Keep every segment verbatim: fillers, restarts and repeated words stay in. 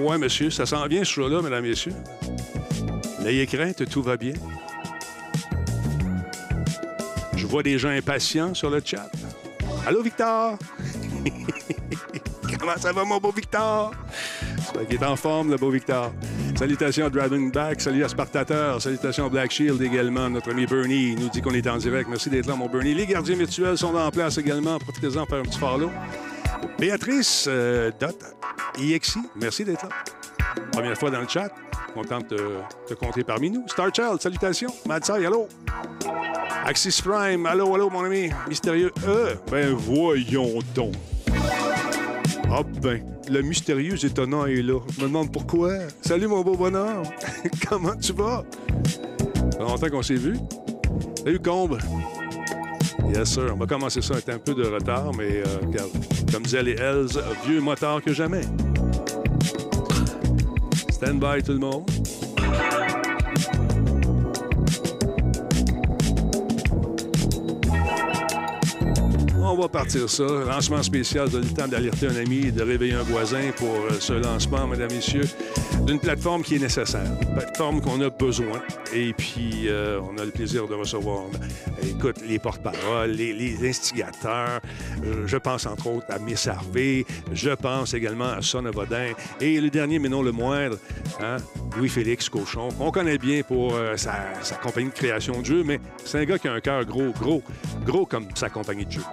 Ouais, monsieur, ça s'en vient, ce show-là, mesdames, messieurs. N'ayez crainte, tout va bien. Je vois des gens impatients sur le chat. Allô, Victor? Comment ça va, mon beau Victor? J'espère qu'il est en forme, le beau Victor. Salutations à Dragonback, salut à Spartateur, salutations à Black Shield également. Notre ami Bernie nous dit qu'on est en direct. Merci d'être là, mon Bernie. Les gardiens virtuels sont en place également. Profitez-en de faire un petit follow. Béatrice, euh, dot, I X I, merci d'être là. Première fois dans le chat. Contente de te compter parmi nous. Starchild, salutations. Madsai, allô. Axis Prime, allô, allô, mon ami. Mystérieux, euh, ben voyons donc. Ah ben, le mystérieux étonnant est là. Je me demande pourquoi. Salut, mon beau bonhomme. Comment tu vas? Ça fait longtemps qu'on s'est vu. Salut, Combe. Yes, sir. On va commencer ça avec un peu de retard, mais euh, regarde, comme disaient les Hells, vieux motard que jamais. Stand by, tout le monde. On va partir ça. Lancement spécial. Vous avez le temps d'alerter un ami et de réveiller un voisin pour euh, ce lancement, mesdames et messieurs, d'une plateforme qui est nécessaire. Une plateforme qu'on a besoin. Et puis, euh, on a le plaisir de recevoir, écoute, les porte-paroles, les, les instigateurs. Euh, je pense, entre autres, à Miss Harvey. Je pense également à Son of Odin. Et le dernier, mais non le moindre, hein, Louis-Félix Cochon, qu'on connaît bien pour euh, sa, sa compagnie de création de jeux, mais c'est un gars qui a un cœur gros, gros, gros comme sa compagnie de jeux.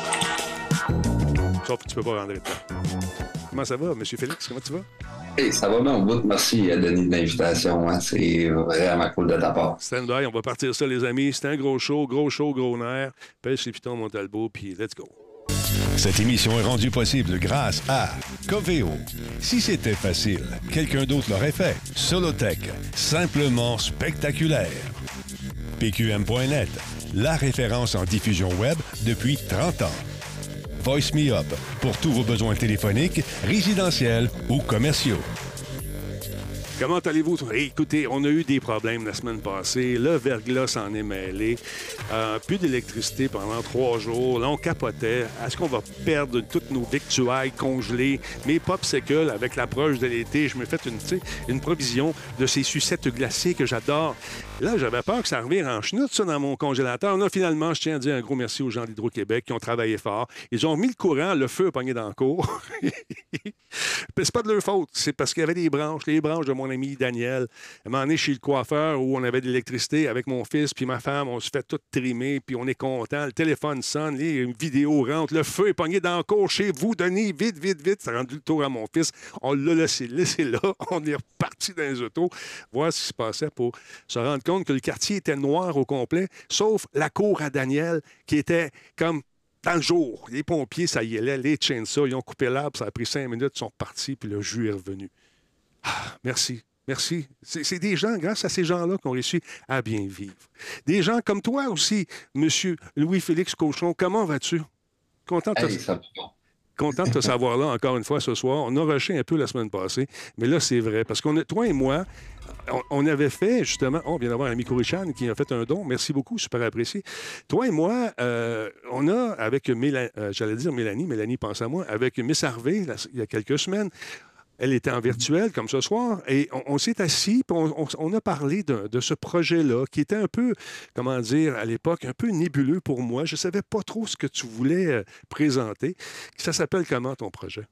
Sauf que tu peux pas rentrer dedans. Comment ça va, M. Félix? Comment tu vas? Hey, ça va bien au bout. Merci, Denis, de l'invitation. Hein. C'est vraiment cool de ta part. Stand by, on va partir ça, les amis. C'est un gros show, gros show, gros nerf. Pêche les pitons, Montalbo, puis let's go. Cette émission est rendue possible grâce à Coveo. Si c'était facile, quelqu'un d'autre l'aurait fait. Solotech, simplement spectaculaire. P Q M point net, la référence en diffusion web depuis trente ans. Voice Me Up, pour tous vos besoins téléphoniques, résidentiels ou commerciaux. Comment allez-vous? Écoutez, on a eu des problèmes la semaine passée. Le verglas s'en est mêlé. Euh, plus d'électricité pendant trois jours. Là, on capotait. Est-ce qu'on va perdre toutes nos victuailles congelées? Mes popsicles, avec l'approche de l'été, je me fais une, une provision de ces sucettes glacées que j'adore. Là, j'avais peur que ça revire en chenoute, ça, dans mon congélateur. Là, finalement, je tiens à dire un gros merci aux gens d'Hydro-Québec qui ont travaillé fort. Ils ont mis le courant, le feu a pogné dans le cours. C'est pas de leur faute. C'est parce qu'il y avait des branches, les branches de mon ami Daniel. À un moment donné, chez le coiffeur, où on avait de l'électricité avec mon fils puis ma femme, on se fait tout trimer, puis on est content. Le téléphone sonne, les vidéos rentrent, le feu est pogné dans le cours chez vous, Denis, vite, vite, vite. Ça a rendu le tour à mon fils. On l'a laissé, laissé là. On est reparti dans les autos, voir ce qui se passait pour se rendre compte que le quartier était noir au complet, sauf la cour à Daniel, qui était comme dans le jour. Les pompiers, ça y allait, les chainsaws, ils ont coupé l'arbre, ça a pris cinq minutes, ils sont repartis, puis le jus est revenu. Ah, merci. Merci. C'est, c'est des gens, grâce à ces gens-là, qui ont réussi à bien vivre. Des gens comme toi aussi, Monsieur Louis-Félix Cochon. Comment vas-tu? Content de te... Hey, ça... Content de te savoir là encore une fois ce soir. On a rushé un peu la semaine passée, mais là, c'est vrai. Parce que toi et moi, on, on avait fait justement... Oh, on vient d'avoir un ami Richan qui a fait un don. Merci beaucoup, super apprécié. Toi et moi, euh, on a, avec Mélanie, euh, j'allais dire Mélanie, Mélanie pense à moi, avec Miss Harvey, là, il y a quelques semaines, elle était en virtuel, comme ce soir, et on, on s'est assis, puis on, on, on a parlé de, de ce projet-là, qui était un peu, comment dire, à l'époque, un peu nébuleux pour moi. Je ne savais pas trop ce que tu voulais euh, présenter. Ça s'appelle comment, ton projet?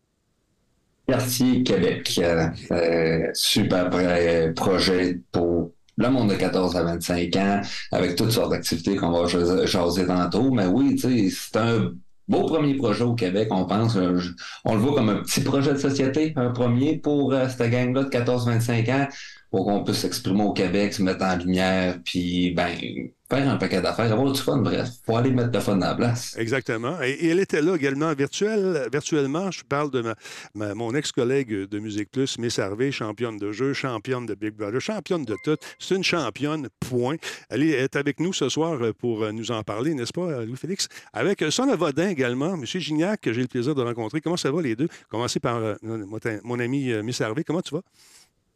Quartier Québec. Euh, euh, super euh, projet pour le monde de quatorze à vingt-cinq ans, avec toutes sortes d'activités qu'on va jaser, jaser tantôt. Mais oui, tu sais, c'est un beau premier projet au Québec, on pense. Euh, on le voit comme un petit projet de société, un premier pour euh, cette gang-là de quatorze à vingt-cinq ans, pour qu'on puisse s'exprimer au Québec, se mettre en lumière, puis ben faire un paquet d'affaires, avoir du fun, bref. Faut aller mettre le fun dans la place. Exactement. Et, et elle était là également virtuel, virtuellement. Je parle de ma, ma, mon ex-collègue de Musique Plus, Miss Harvey, championne de jeu, championne de Big Brother, championne de tout. C'est une championne, point. Elle est avec nous ce soir pour nous en parler, n'est-ce pas, Louis-Félix? Avec Son of Odin également, M. Gignac, que j'ai le plaisir de rencontrer. Comment ça va, les deux? Commencer par euh, mon, mon ami euh, Miss Harvey. Comment tu vas?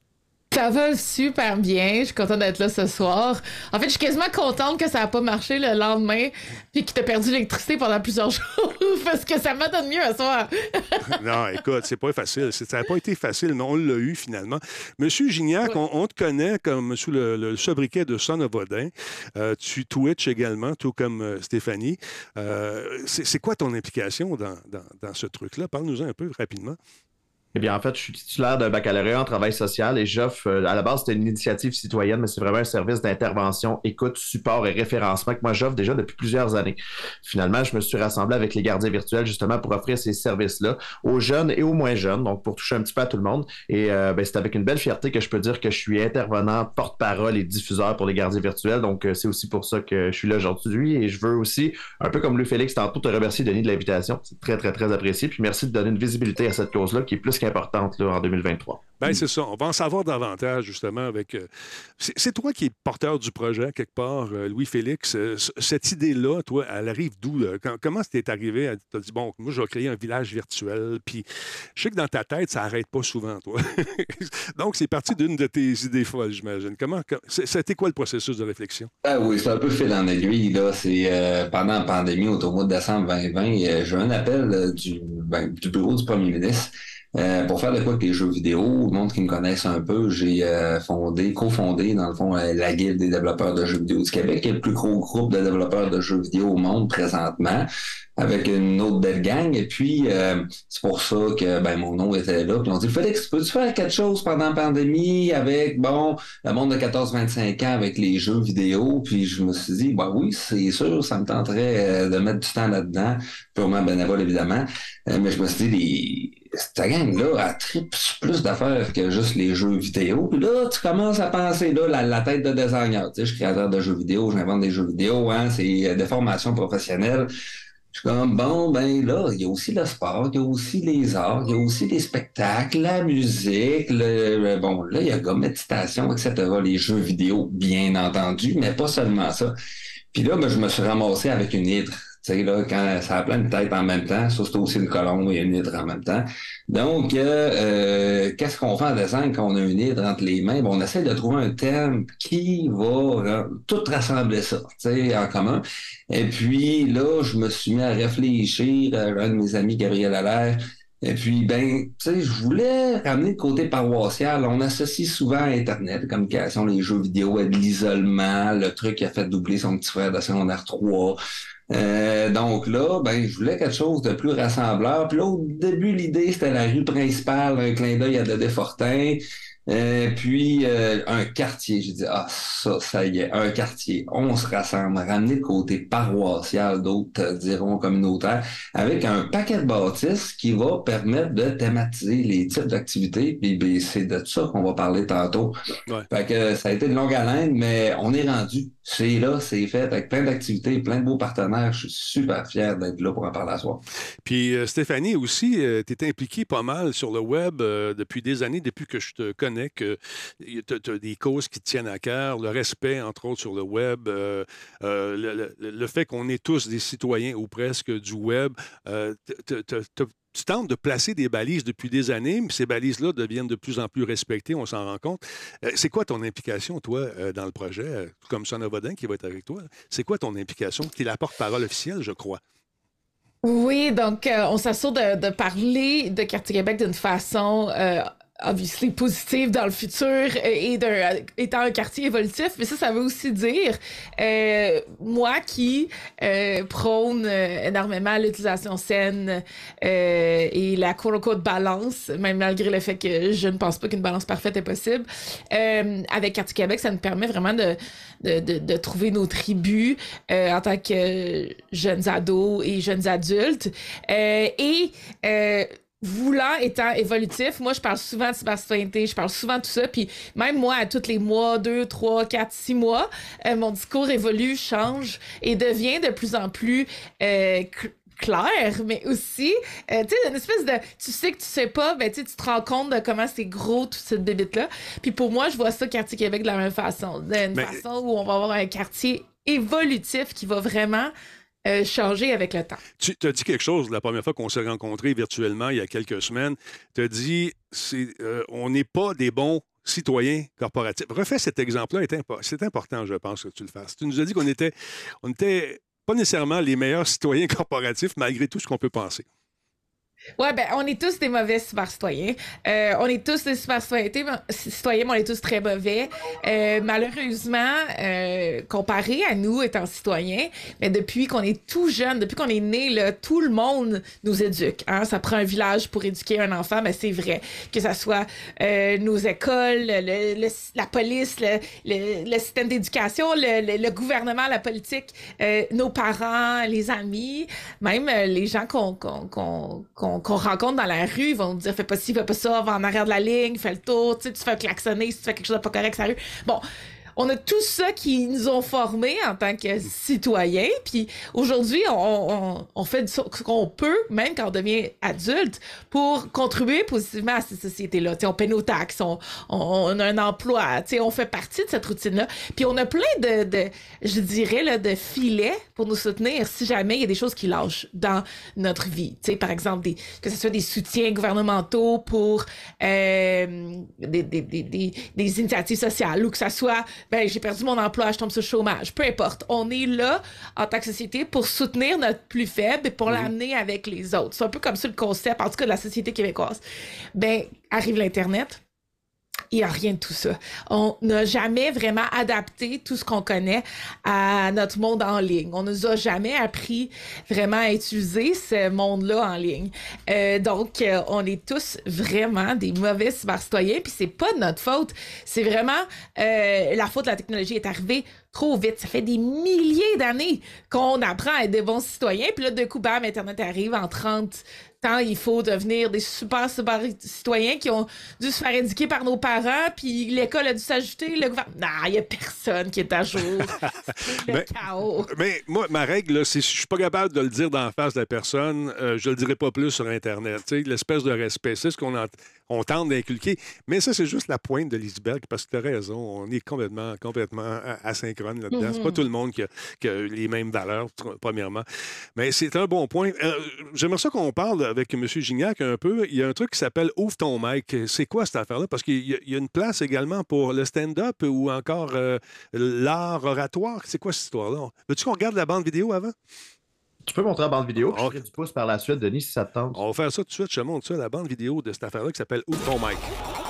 Ça va super bien. Je suis contente d'être là ce soir. En fait, je suis quasiment contente que ça n'a pas marché le lendemain puis que tu as perdu l'électricité pendant plusieurs jours parce que ça m'a donné mieux à soir. Non, écoute, c'est pas facile. Ça n'a pas été facile, mais on l'a eu finalement. Monsieur Gignac, oui. on, on te connaît comme sous le, le sobriquet de Son of Odin. Euh, tu Twitch également, tout comme euh, Stéphanie. Euh, c'est, c'est quoi ton implication dans, dans, dans ce truc-là? Parle-nous-en un peu rapidement. Eh bien, en fait, je suis titulaire d'un baccalauréat en travail social et j'offre, euh, à la base, c'était une initiative citoyenne, mais c'est vraiment un service d'intervention, écoute, support et référencement que moi j'offre déjà depuis plusieurs années. Finalement, je me suis rassemblé avec les gardiens virtuels justement pour offrir ces services-là aux jeunes et aux moins jeunes, donc pour toucher un petit peu à tout le monde. Et euh, ben, c'est avec une belle fierté que je peux dire que je suis intervenant, porte-parole et diffuseur pour les gardiens virtuels. Donc, euh, c'est aussi pour ça que je suis là aujourd'hui et je veux aussi, un peu comme Louis-Félix tantôt, te remercier, Denis, de l'invitation. C'est très, très, très apprécié. Puis merci de donner une visibilité à cette cause-là qui est plus importante là, en deux mille vingt-trois. Bien, c'est ça. On va en savoir davantage, justement, avec... Euh, c'est, c'est toi qui es porteur du projet, quelque part, euh, Louis-Félix. Euh, cette idée-là, toi, elle arrive d'où? Là? Quand, comment t'es arrivé? Tu as dit, bon, moi, je vais créer un village virtuel. Puis, je sais que dans ta tête, ça n'arrête pas souvent, toi. Donc, c'est parti d'une de tes idées folles, j'imagine. Comment... C'était quoi le processus de réflexion? Ah oui, c'est un peu fil en aiguille, là. C'est euh, pendant la pandémie, au mois de décembre vingt vingt, euh, j'ai eu un appel euh, du, ben, du bureau du premier ministre. Euh, pour faire de quoi avec les jeux vidéo, le monde qui me connaisse un peu, j'ai euh, fondé, cofondé, dans le fond, euh, la Guilde des développeurs de jeux vidéo du Québec, qui est le plus gros groupe de développeurs de jeux vidéo au monde présentement, avec une autre belle gang. Et puis, euh, c'est pour ça que ben mon nom était là. Puis on dit, Félix, peux-tu faire quelque chose pendant la pandémie avec, bon, le monde de quatorze vingt-cinq ans avec les jeux vidéo? Puis je me suis dit, bah oui, c'est sûr, ça me tenterait de mettre du temps là-dedans, purement bénévole, évidemment. Euh, mais je me suis dit, les cette gang-là, elle tripe plus d'affaires que juste les jeux vidéo. Puis là, tu commences à penser, là, la, la tête de designer. Tu sais, je suis créateur de jeux vidéo, j'invente des jeux vidéo, hein, c'est des formations professionnelles. Je suis comme, bon, ben là, il y a aussi le sport, il y a aussi les arts, il y a aussi les spectacles, la musique, le, bon, là, il y a la méditation, et cetera, les jeux vidéo, bien entendu, mais pas seulement ça. Puis là, ben, je me suis ramassé avec une hydre. Tu sais, là, quand ça a plein de têtes en même temps, ça, c'est aussi une colombe et une hydre en même temps. Donc, euh, euh, qu'est-ce qu'on fait en design quand on a une hydre entre les mains? Bon, on essaie de trouver un thème qui va tout rassembler ça, tu sais, en commun. Et puis, là, je me suis mis à réfléchir à un de mes amis, Gabriel Allaire. Et puis, ben, tu sais, je voulais ramener le côté paroissial. On associe souvent à Internet, la communication, les jeux vidéo, à de l'isolement, le truc qui a fait doubler son petit frère de secondaire trois. Euh, donc là, ben, je voulais quelque chose de plus rassembleur. Puis là, au début, l'idée, c'était la rue principale, un clin d'œil à Dédé Fortin. Euh, puis euh, un quartier. J'ai dit, ah, ça, ça y est, un quartier. On se rassemble, ramener le côté paroissial, d'autres euh, diront communautaire, avec un paquet de bâtisses qui va permettre de thématiser les types d'activités. Puis ben, c'est de ça qu'on va parler tantôt. Ouais. Fait que ça a été de longue haleine, mais on est rendu. C'est là, c'est fait, avec plein d'activités, plein de beaux partenaires. Je suis super fier d'être là pour en parler à soir. Puis euh, Stéphanie aussi, euh, tu es impliquée pas mal sur le web euh, depuis des années, depuis que je te connais, que tu as des causes qui te tiennent à cœur, le respect, entre autres, sur le web, euh, euh, le, le, le fait qu'on est tous des citoyens ou presque du web. Euh, t- t- t- Tu tentes de placer des balises depuis des années, mais ces balises-là deviennent de plus en plus respectées, on s'en rend compte. Euh, c'est quoi ton implication, toi, euh, dans le projet, euh, comme Son of Odin qui va être avec toi? C'est quoi ton implication? Tu es la porte-parole officielle, je crois. Oui, donc euh, on s'assure de, de parler de Quartier Québec d'une façon... Euh, obviously positive dans le futur et d'un, étant un quartier évolutif, mais ça, ça veut aussi dire euh, moi qui euh, prône euh, énormément l'utilisation saine euh, et la quote-unquote balance, même malgré le fait que je ne pense pas qu'une balance parfaite est possible. Euh, avec Quartier Québec, ça nous permet vraiment de, de, de, de trouver nos tribus euh, en tant que jeunes ados et jeunes adultes. Euh, et euh, voulant étant évolutif, moi je parle souvent de cybercitoyenneté, je parle souvent de tout ça, puis même moi à tous les mois, deux, trois, quatre, six mois, euh, mon discours évolue, change et devient de plus en plus euh, clair, mais aussi, euh, tu sais, une espèce de, tu sais que tu sais pas, ben tu te rends compte de comment c'est gros toute cette bébite-là. Puis pour moi, je vois ça Quartier Québec de la même façon, d'une mais... façon où on va avoir un quartier évolutif qui va vraiment Euh, changer avec le temps. Tu as dit quelque chose la première fois qu'on s'est rencontrés virtuellement il y a quelques semaines. Tu as dit c'est, euh, on n'est pas des bons citoyen corporatif. Refais cet exemple-là, c'est important, je pense, que tu le fasses. Tu nous as dit qu'on était, on était pas nécessairement les meilleurs citoyens corporatifs, malgré tout ce qu'on peut penser. Ouais, ben, on est tous des mauvais super citoyens. Euh, on est tous des super citoyens, citoyens, mais on est tous très mauvais. Euh, malheureusement, euh, comparé à nous étant citoyens, mais depuis qu'on est tout jeune, depuis qu'on est né, là, tout le monde nous éduque. Hein? Ça prend un village pour éduquer un enfant, mais c'est vrai. Que ça soit euh, nos écoles, le, le, la police, le, le, le système d'éducation, le, le, le gouvernement, la politique, euh, nos parents, les amis, même euh, les gens qu'on, qu'on, qu'on, qu'on qu'on rencontre dans la rue, ils vont nous dire fais pas ci, fais pas ça, va en arrière de la ligne, fais le tour, tu sais, tu fais klaxonner si tu fais quelque chose de pas correct sur la rue. Bon, on a tout ça qui nous ont formés en tant que citoyens, puis aujourd'hui, on, on, on fait ce qu'on peut, même quand on devient adulte, pour contribuer positivement à cette société-là. Tu sais, on paie nos taxes, on, on, on a un emploi, tu sais, on fait partie de cette routine-là. Puis on a plein de, de je dirais, là, de filets pour nous soutenir si jamais il y a des choses qui lâchent dans notre vie. Tu sais, par exemple, des, que ce soit des soutiens gouvernementaux pour euh, des, des, des, des, des initiatives sociales, ou que ça soit ben, j'ai perdu mon emploi, je tombe sur le chômage. Peu importe. On est là, en tant que société, pour soutenir notre plus faible et pour mmh. l'amener avec les autres. C'est un peu comme ça le concept, en tout cas, de la société québécoise. Ben, arrive l'Internet. Il n'y a rien de tout ça. On n'a jamais vraiment adapté tout ce qu'on connaît à notre monde en ligne. On ne nous a jamais appris vraiment à utiliser ce monde-là en ligne. Euh, donc, euh, on est tous vraiment des mauvais cybercitoyens, puis c'est pas de notre faute. C'est vraiment euh, la faute de la technologie est arrivée trop vite. Ça fait des milliers d'années qu'on apprend à être des bons citoyens, puis là, de coup, bam, Internet arrive en trente temps, il faut devenir des super, super citoyens qui ont dû se faire éduquer par nos parents, puis l'école a dû s'ajouter, le gouvernement... Non, il n'y a personne qui est à jour. C'est le mais, chaos. Mais moi, ma règle, là, c'est si je suis pas capable de le dire d'en face de la personne, euh, je le dirai pas plus sur Internet. Tu sais, l'espèce de respect, c'est ce qu'on en, on tente d'inculquer. Mais ça, c'est juste la pointe de l'iceberg, parce que tu as raison, on est complètement, complètement asynchrone là-dedans. Mm-hmm. C'est pas tout le monde qui a, qui a les mêmes valeurs, premièrement. Mais c'est un bon point. Euh, j'aimerais ça qu'on parle avec M. Gignac un peu. Il y a un truc qui s'appelle « Ouvre ton mic ». C'est quoi cette affaire-là? Parce qu'il y, y a une place également pour le stand-up ou encore euh, l'art oratoire. C'est quoi cette histoire-là? Veux-tu qu'on regarde la bande vidéo avant? Tu peux montrer la bande vidéo. Je ferai du pouce par la suite, Denis, si ça te tente. On va faire ça tout de suite. Je te montre ça, la bande vidéo de cette affaire-là qui s'appelle « Ouvre ton mic ».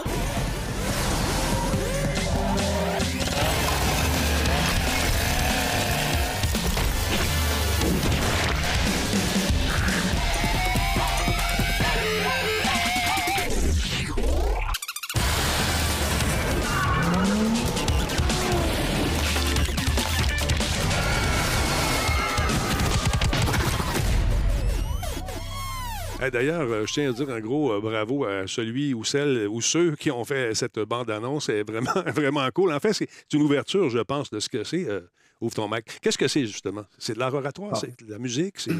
Hey, d'ailleurs, je tiens à dire un gros euh, bravo à celui ou celle ou ceux qui ont fait cette bande-annonce. C'est vraiment, vraiment cool. En fait, c'est une ouverture, je pense, de ce que c'est. Euh, Ouvre ton mic. Qu'est-ce que c'est, justement? C'est de l'art oratoire? Ah. C'est de la musique? C'est...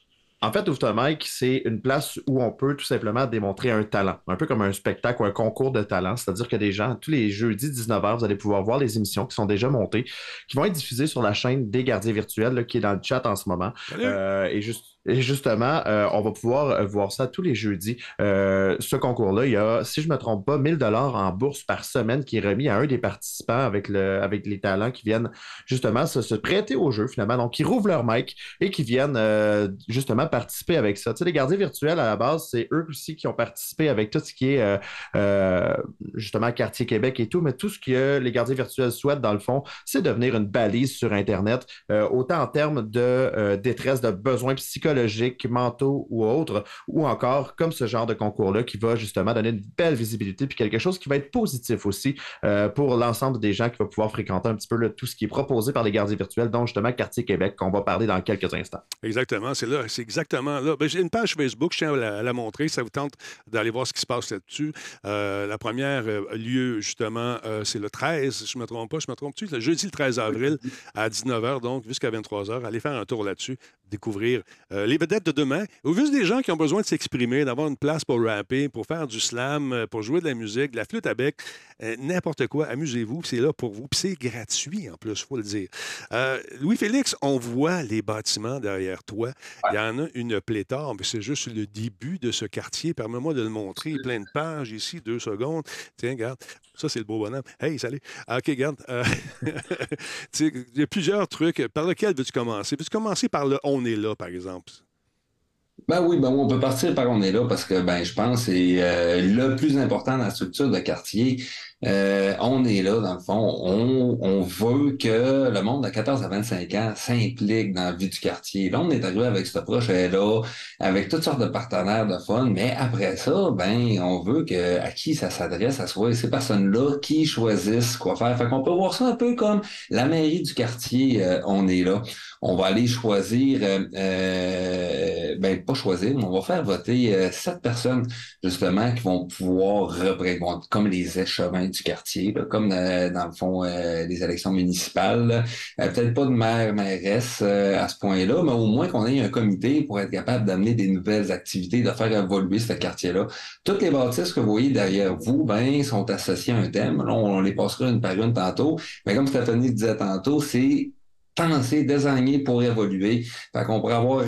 En fait, Ouvre ton mic, c'est une place où on peut tout simplement démontrer un talent. Un peu comme un spectacle ou un concours de talent. C'est-à-dire que des gens, tous les jeudis dix-neuf heures, vous allez pouvoir voir les émissions qui sont déjà montées, qui vont être diffusées sur la chaîne des Gardiens virtuels, là, qui est dans le chat en ce moment. Euh, et juste... Et justement, euh, on va pouvoir voir ça tous les jeudis. Euh, ce concours-là, il y a, si je ne me trompe pas, mille dollars en bourse par semaine qui est remis à un des participants avec, le, avec les talents qui viennent justement se, se prêter au jeu, finalement. Donc, qui rouvrent leur mic et qui viennent euh, justement participer avec ça. Tu sais, les gardiens virtuels, à la base, c'est eux aussi qui ont participé avec tout ce qui est euh, euh, justement Quartier Québec et tout, mais tout ce que les gardiens virtuels souhaitent, dans le fond, c'est devenir une balise sur Internet, euh, autant en termes de euh, détresse, de besoins psychologiques, mentaux ou autres, ou encore comme ce genre de concours-là qui va justement donner une belle visibilité puis quelque chose qui va être positif aussi euh, pour l'ensemble des gens qui vont pouvoir fréquenter un petit peu là, tout ce qui est proposé par les gardiens virtuels, dont justement Quartier Québec, qu'on va parler dans quelques instants. Exactement, c'est là, c'est exactement là. Ben, j'ai une page Facebook, je tiens à la, à la montrer, ça vous tente d'aller voir ce qui se passe là-dessus. Euh, la première euh, lieu, justement, euh, c'est le treize, je ne me trompe pas, je me trompe-tu, le jeudi le treize avril à dix-neuf heures, donc jusqu'à vingt-trois heures. Allez faire un tour là-dessus, découvrir euh, les vedettes de demain, ou juste des gens qui ont besoin de s'exprimer, d'avoir une place pour rapper, pour faire du slam, pour jouer de la musique, de la flûte à bec, euh, n'importe quoi, amusez-vous, c'est là pour vous, puis c'est gratuit en plus, il faut le dire. Euh, Louis-Félix, on voit les bâtiments derrière toi. Il y en a, une pléthore, mais c'est juste le début de ce quartier. Permets-moi de le montrer. Plein de pages ici, deux secondes. Tiens, regarde. Ça, c'est le beau bonhomme. Hey, salut. Ah, OK, regarde. Euh, il y a plusieurs trucs. Par lequel veux-tu commencer? Veux-tu commencer par le On est là, par exemple? Ben oui, ben oui, on peut partir par on est là parce que ben je pense que c'est euh, le plus important dans la structure de quartier. Euh, on est là, dans le fond, on, on veut que le monde de quatorze à vingt-cinq ans s'implique dans la vie du quartier. Là, on est arrivé avec ce projet-là, avec toutes sortes de partenaires de fun, mais après ça, ben, on veut que à qui ça s'adresse, à soit ces personnes-là qui choisissent quoi faire. Fait qu'on peut voir ça un peu comme la mairie du quartier, euh, on est là. On va aller choisir, euh, euh, ben pas choisir, mais on va faire voter euh, sept personnes justement qui vont pouvoir représenter comme les échevins du quartier, là, comme euh, dans le fond euh, les élections municipales. Euh, peut-être pas de maire, mairesse euh, à ce point-là, mais au moins qu'on ait un comité pour être capable d'amener des nouvelles activités, de faire évoluer ce quartier-là. Toutes les bâtisses que vous voyez derrière vous, ben, sont associées à un thème. Là, on les passera une par une tantôt. Mais comme Stéphanie disait tantôt, c'est pensé, désigné pour évoluer. Fait qu'on pourrait avoir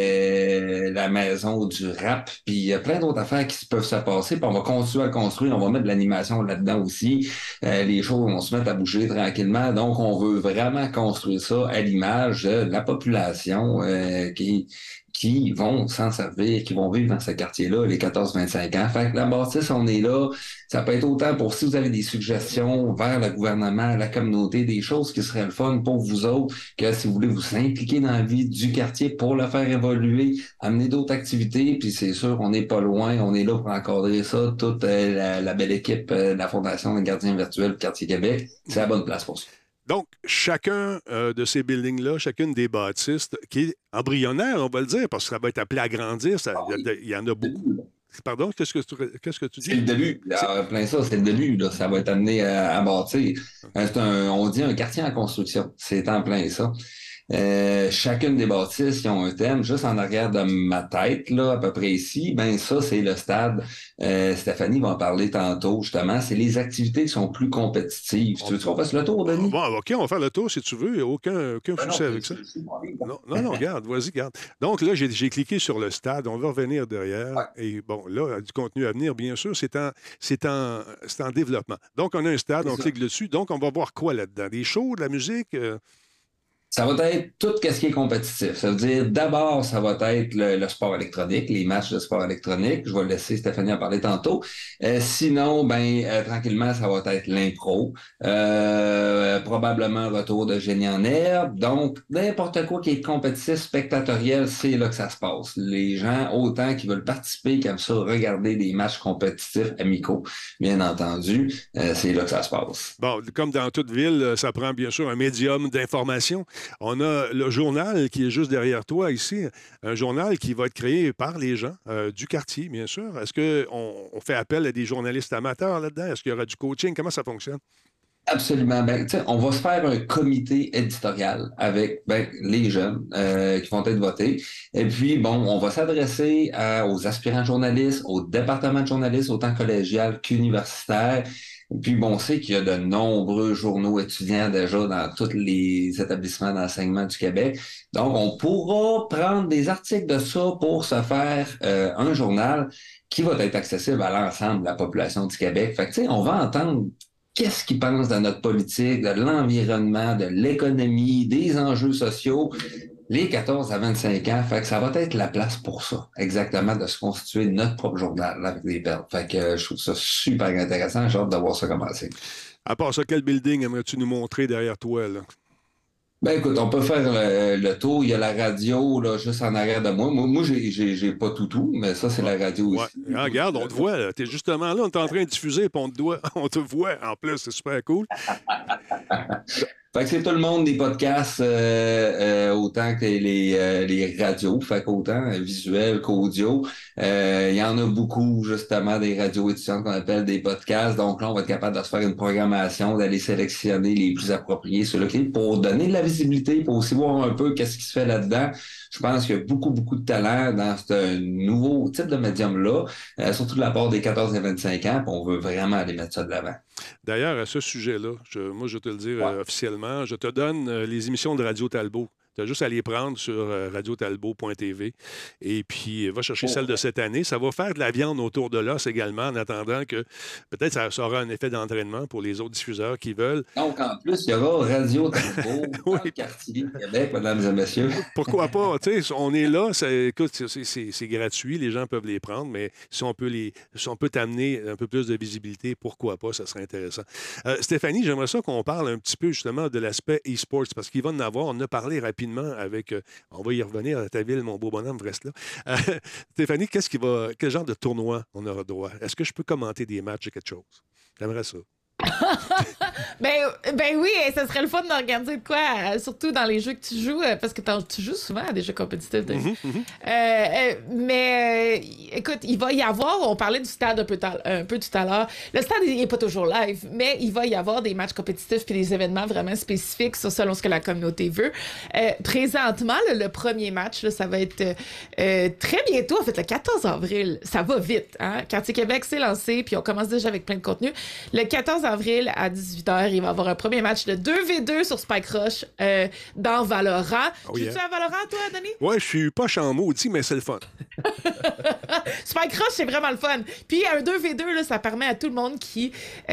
euh, la maison du rap, puis il y a plein d'autres affaires qui peuvent se passer, puis on va continuer à construire, on va mettre de l'animation là-dedans aussi. Euh, les choses vont se mettre à bouger tranquillement, donc on veut vraiment construire ça à l'image de la population euh, qui qui vont s'en servir, qui vont vivre dans ce quartier-là, les quatorze vingt-cinq ans. Fait que la bâtisse, on est là. Ça peut être autant pour si vous avez des suggestions vers le gouvernement, la communauté, des choses qui seraient le fun pour vous autres, que si vous voulez vous impliquer dans la vie du quartier pour le faire évoluer, amener d'autres activités, puis c'est sûr, on n'est pas loin, on est là pour encadrer ça, toute euh, la, la belle équipe euh, de la Fondation des gardiens virtuels du Quartier Québec, c'est la bonne place pour ça. Donc, chacun euh, de ces buildings-là, chacune des bâtisses, qui est embryonnaire, on va le dire, parce que ça va être appelé à grandir, ça, Ah oui. il, y a, il y en a beaucoup. Pardon, qu'est-ce que tu, qu'est-ce que tu dis? C'est le début. Alors, plein ça, c'est le début. Là. Ça va être amené à, à bâtir. C'est un, on dit un quartier en construction. C'est en plein ça. Euh, chacune des bâtisses qui ont un thème, juste en arrière de ma tête, là, à peu près ici, ben ça, c'est le stade. Euh, Stéphanie va en parler tantôt, justement. C'est les activités qui sont plus compétitives. On... Tu veux qu'on fasse le tour, Denis? Bon, OK, on va faire le tour si tu veux. Il n'y a aucun, aucun ben souci non, avec ça. Non, non, non, regarde, vas-y, regarde. Donc là, j'ai, j'ai cliqué sur le stade. On va revenir derrière. Ouais. Et bon, là, du contenu à venir, bien sûr, c'est en, c'est en, c'est en développement. Donc, on a un stade, c'est on ça. Clique dessus. Donc, on va voir quoi là-dedans? Des shows, de la musique? Euh... Ça va être tout ce qui est compétitif. Ça veut dire, d'abord, ça va être le, le sport électronique, les matchs de sport électronique. Je vais laisser Stéphanie en parler tantôt. Euh, sinon, ben euh, tranquillement, ça va être l'impro. Euh, probablement un retour de Génie en herbe. Donc, n'importe quoi qui est compétitif, spectatoriel, c'est là que ça se passe. Les gens, autant qui veulent participer, comme ça, regarder des matchs compétitifs amicaux, bien entendu, euh, c'est là que ça se passe. Bon, comme dans toute ville, ça prend bien sûr un médium d'information. On a le journal qui est juste derrière toi ici, un journal qui va être créé par les gens euh, du quartier, bien sûr. Est-ce qu'on on fait appel à des journalistes amateurs là-dedans? Est-ce qu'il y aura du coaching? Comment ça fonctionne? Absolument. Ben, on va se faire un comité éditorial avec ben, les jeunes euh, qui vont être votés. Et puis, bon, on va s'adresser à, aux aspirants journalistes, au département de journalistes, autant collégial qu'universitaire. Puis, bon, on sait qu'il y a de nombreux journaux étudiants déjà dans tous les établissements d'enseignement du Québec. Donc, on pourra prendre des articles de ça pour se faire euh, un journal qui va être accessible à l'ensemble de la population du Québec. Fait que, tu sais, on va entendre qu'est-ce qu'ils pensent de notre politique, de l'environnement, de l'économie, des enjeux sociaux. Les quatorze à vingt-cinq ans, fait que ça va être la place pour ça, exactement, de se constituer notre propre journal là, avec des perles. Fait que je trouve ça super intéressant, j'ai hâte de voir ça commencer. À part ça, quel building aimerais-tu nous montrer derrière toi, là? Ben écoute, on peut faire le, le tour. Il y a la radio là, juste en arrière de moi. Moi, moi j'ai, j'ai, j'ai pas tout tout, mais ça, c'est ouais. La radio ouais. aussi. Ah, regarde, on te voit. Tu es justement là, on est en train de diffuser, puis on te, doit, on te voit en plus. C'est super cool. Fait que c'est tout le monde des podcasts, euh, euh, autant que les, euh, les radios, fait qu'autant visuel qu'audio. Euh, il y en a beaucoup, justement, des radios étudiantes qu'on appelle des podcasts. Donc là, on va être capable de se faire une programmation, d'aller sélectionner les plus appropriés sur le clip pour donner de la visibilité, pour aussi voir un peu qu'est-ce qui se fait là-dedans. Je pense qu'il y a beaucoup, beaucoup de talent dans ce nouveau type de médium-là, euh, surtout de la part des quatorze à vingt-cinq ans, puis on veut vraiment aller mettre ça de l'avant. D'ailleurs, à ce sujet-là, je, moi, je vais te le dire ouais. euh, officiellement, je te donne euh, les émissions de Radio Talbot. Tu as juste à les prendre sur euh, radio talbot point t v et puis va chercher Oh. celle de cette année. Ça va faire de la viande autour de l'os également, en attendant que peut-être ça, ça aura un effet d'entraînement pour les autres diffuseurs qui veulent. Donc, en plus, il y aura Radio Talbot Oui. dans le quartier de Québec, mesdames et messieurs. Pourquoi pas? Tu sais, on est là, ça, écoute, c'est, c'est, c'est gratuit, les gens peuvent les prendre, mais si on peut les, si on peut t'amener un peu plus de visibilité, pourquoi pas? Ça serait intéressant. Euh, Stéphanie, j'aimerais ça qu'on parle un petit peu justement de l'aspect e-sports, parce qu'il va en avoir, on a parlé rapidement avec, euh, on va y revenir à ta ville, mon beau bonhomme, reste là. Euh, Stéphanie, qu'est-ce qui va, quel genre de tournoi on aura droit? Est-ce que je peux commenter des matchs ou quelque chose? J'aimerais ça. Ben, ben oui, ça serait le fun d'organiser de quoi, euh, surtout dans les jeux que tu joues, euh, parce que t'en- tu joues souvent à des jeux compétitifs. Denis. Mhm, mhm. Euh, euh, mais euh, écoute, il va y avoir, on parlait du stade un peu, ta- un peu tout à l'heure, le stade il n'est pas toujours live, mais il va y avoir des matchs compétitifs puis des événements vraiment spécifiques sur selon ce que la communauté veut. Euh, présentement, là, le premier match, là, ça va être euh, euh, très bientôt, en fait, le quatorze avril. Ça va vite. Hein? Quartier Québec s'est lancé, puis on commence déjà avec plein de contenu. Le quatorze avril à dix-huit heures, il va y avoir un premier match de deux contre deux sur Spike Rush euh, dans Valorant. Oh, Joues-tu yeah. à Valorant, toi, Denis? Ouais, je suis pas en maudit, mais c'est le fun. Spike Rush, c'est vraiment le fun. Puis un deux contre deux, là, ça permet à tout le monde qui,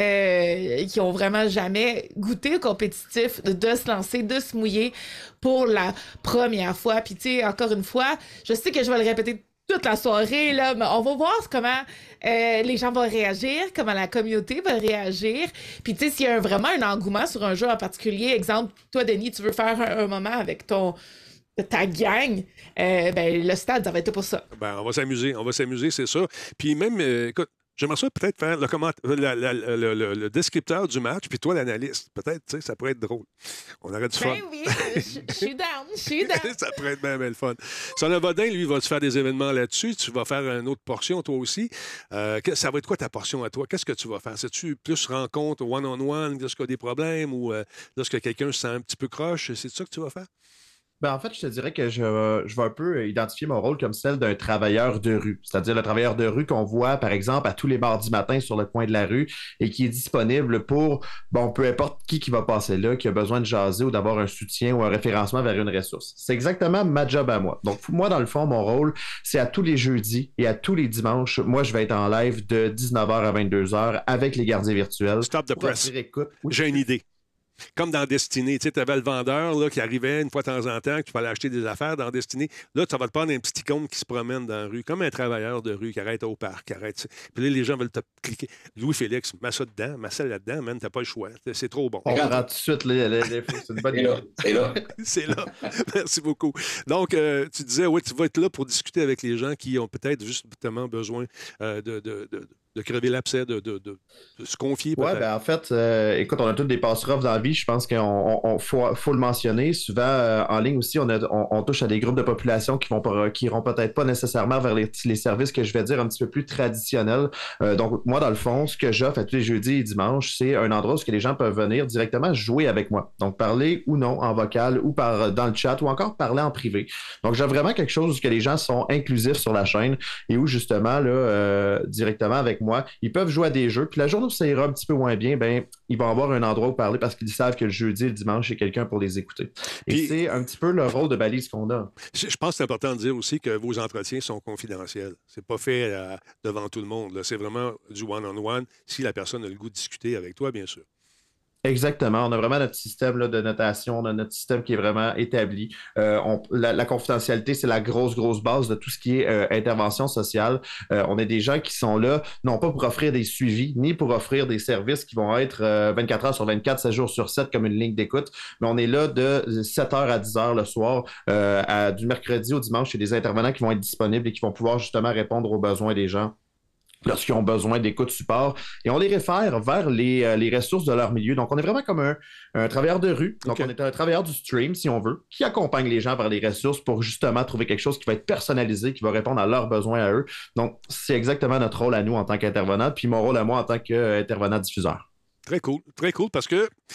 euh, qui ont vraiment jamais goûté au compétitif de, de se lancer, de se mouiller pour la première fois. Puis tu sais, encore une fois, je sais que je vais le répéter toute la soirée, là, mais on va voir comment euh, les gens vont réagir, comment la communauté va réagir. Puis, tu sais, s'il y a un- vraiment un engouement sur un jeu en particulier, exemple, toi, Denis, tu veux faire un, un moment avec ton ta gang, euh, ben, le stade, ça va être pour ça. Ben, on va s'amuser, on va s'amuser, c'est ça. Puis même, euh, écoute, j'aimerais ça peut-être faire le, comment, la- la- la- le, le- le descripteur du match, puis toi, l'analyste. Peut-être, tu sais, ça pourrait être drôle. On aurait du fun. Ben oui, je je suis down, je suis down. Ça pourrait être bien, bien le fun. Son Vodin, lui, va te faire des événements là-dessus. Tu vas faire une autre portion, toi aussi. Euh, que- ça va être quoi ta portion à toi? Qu'est-ce que tu vas faire? C'est-tu plus rencontre one-on-one lorsqu'il y a des problèmes ou euh, lorsque quelqu'un se sent un petit peu croche? C'est ça que tu vas faire? Ben, en fait, je te dirais que je, je vais un peu identifier mon rôle comme celle d'un travailleur de rue. C'est-à-dire le travailleur de rue qu'on voit, par exemple, à tous les mardis matins sur le coin de la rue et qui est disponible pour, bon, peu importe qui qui va passer là, qui a besoin de jaser ou d'avoir un soutien ou un référencement vers une ressource. C'est exactement ma job à moi. Donc, moi, dans le fond, mon rôle, c'est à tous les jeudis et à tous les dimanches. Moi, je vais être en live de dix-neuf heures à vingt-deux heures avec les gardiens virtuels. Stop the pour press. offrir écoute. Oui. J'ai une idée. Comme dans Destiny, tu sais, tu avais le vendeur là, qui arrivait une fois de temps en temps, que tu peux aller acheter des affaires dans Destiny. Là, tu vas te prendre un petit icône qui se promène dans la rue, comme un travailleur de rue qui arrête au parc, qui arrête. Puis là, les gens veulent te cliquer. Louis-Félix, mets ça dedans, mets ça là-dedans, man, t'as pas le choix. C'est trop bon. On prend tout de suite les, les, les- c'est une bonne C'est idée. là, c'est là. C'est là. Merci beaucoup. Donc, euh, tu disais, oui, tu vas être là pour discuter avec les gens qui ont peut-être justement besoin euh, de, de, de, de crever l'abcès, de, de, de, de se confier Ouais, peut-être. ben en fait, euh, écoute, on a toutes des passes-rough dans la vie. Je pense qu'il faut, faut le mentionner. Souvent, euh, en ligne aussi, on, a, on, on touche à des groupes de population qui vont pas, qui iront peut-être pas nécessairement vers les, les services que je vais dire un petit peu plus traditionnels. Euh, donc, moi, dans le fond, ce que j'offre à tous les jeudis et dimanches, c'est un endroit où que les gens peuvent venir directement jouer avec moi. Donc, parler ou non en vocal ou par, dans le chat ou encore parler en privé. Donc, j'ai vraiment quelque chose où que les gens sont inclusifs sur la chaîne et où, justement, là, euh, directement avec moi, ils peuvent jouer à des jeux. Puis la journée où ça ira un petit peu moins bien, ben, ils vont avoir un endroit où parler parce qu'ils savent que le jeudi et le dimanche, il y a quelqu'un pour les écouter. Et Puis- c'est un petit peu le rôle de balise qu'on a. Je je pense que c'est important de dire aussi que vos entretiens sont confidentiels. C'est pas fait euh, devant tout le monde. là. C'est vraiment du one-on-one si la personne a le goût de discuter avec toi, bien sûr. Exactement. On a vraiment notre système là, de notation, on a notre système qui est vraiment établi. Euh, on- la, la confidentialité, c'est la grosse, grosse base de tout ce qui est euh, intervention sociale. Euh, on a des gens qui sont là, non pas pour offrir des suivis, ni pour offrir des services qui vont être euh, vingt-quatre heures sur vingt-quatre, sept jours sur sept comme une ligne d'écoute, mais on est là de sept heures à dix heures le soir, euh, à, du mercredi au dimanche. Il y a des intervenants qui vont être disponibles et qui vont pouvoir justement répondre aux besoins des gens lorsqu'ils ont besoin d'écoute support. Et on les réfère vers les, euh, les ressources de leur milieu. Donc, on est vraiment comme un, un travailleur de rue. Donc, OK. on est un travailleur du stream, si on veut, qui accompagne les gens vers les ressources pour justement trouver quelque chose qui va être personnalisé, qui va répondre à leurs besoins à eux. Donc, c'est exactement notre rôle à nous en tant qu'intervenant, puis mon rôle à moi en tant qu'intervenant diffuseur. Très cool, très cool, parce que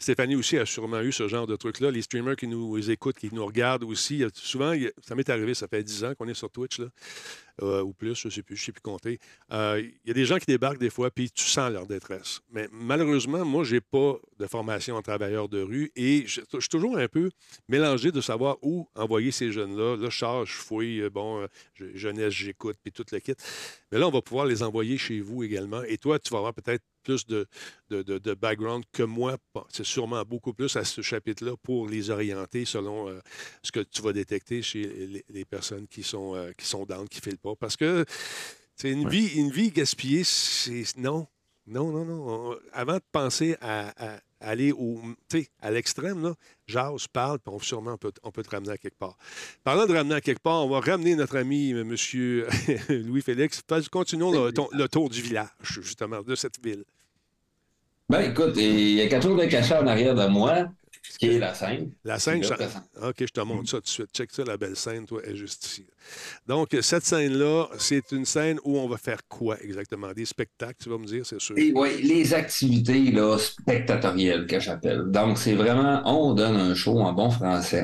Stéphanie aussi a sûrement eu ce genre de truc-là. Les streamers qui nous écoutent, qui nous regardent aussi, il y a souvent, il y a, ça m'est arrivé, ça fait dix ans qu'on est sur Twitch, là, euh, ou plus, je ne sais plus, je sais plus compter. Euh, il y a des gens qui débarquent des fois, puis tu sens leur détresse. Mais malheureusement, moi, je n'ai pas de formation en travailleur de rue et je, je suis toujours un peu mélangé de savoir où envoyer ces jeunes-là. Là, je charge, je fouille, bon, euh, je, jeunesse, j'écoute, puis tout le kit. Mais là, on va pouvoir les envoyer chez vous également. Et toi, tu vas avoir peut-être plus de, de, de, de background que moi. C'est sûrement beaucoup plus à ce chapitre-là pour les orienter selon euh, ce que tu vas détecter chez les, les personnes qui sont, euh, qui sont down, qui ne filent pas. Parce que c'est une, ouais. vie, une vie gaspillée, c'est... Non, non, non, non. Avant de penser à, à aller au, à l'extrême, là, jase, parle, puis on, sûrement on peut, on peut te ramener à quelque part. Parlant de ramener à quelque part, on va ramener notre ami M. Louis-Félix. Continuons le, ton, le tour du village, justement, de cette ville. Ben écoute, il y a quelque chose de caché en arrière de moi, qui est la scène. La scène, je... OK, je te montre ça tout de suite. Check ça, la belle scène, toi, est juste ici. Donc, cette scène-là, c'est une scène où on va faire quoi exactement? Des spectacles, tu vas me dire, c'est sûr? Oui, les activités là, spectatorielles que j'appelle. Donc, c'est vraiment, on donne un show en bon français.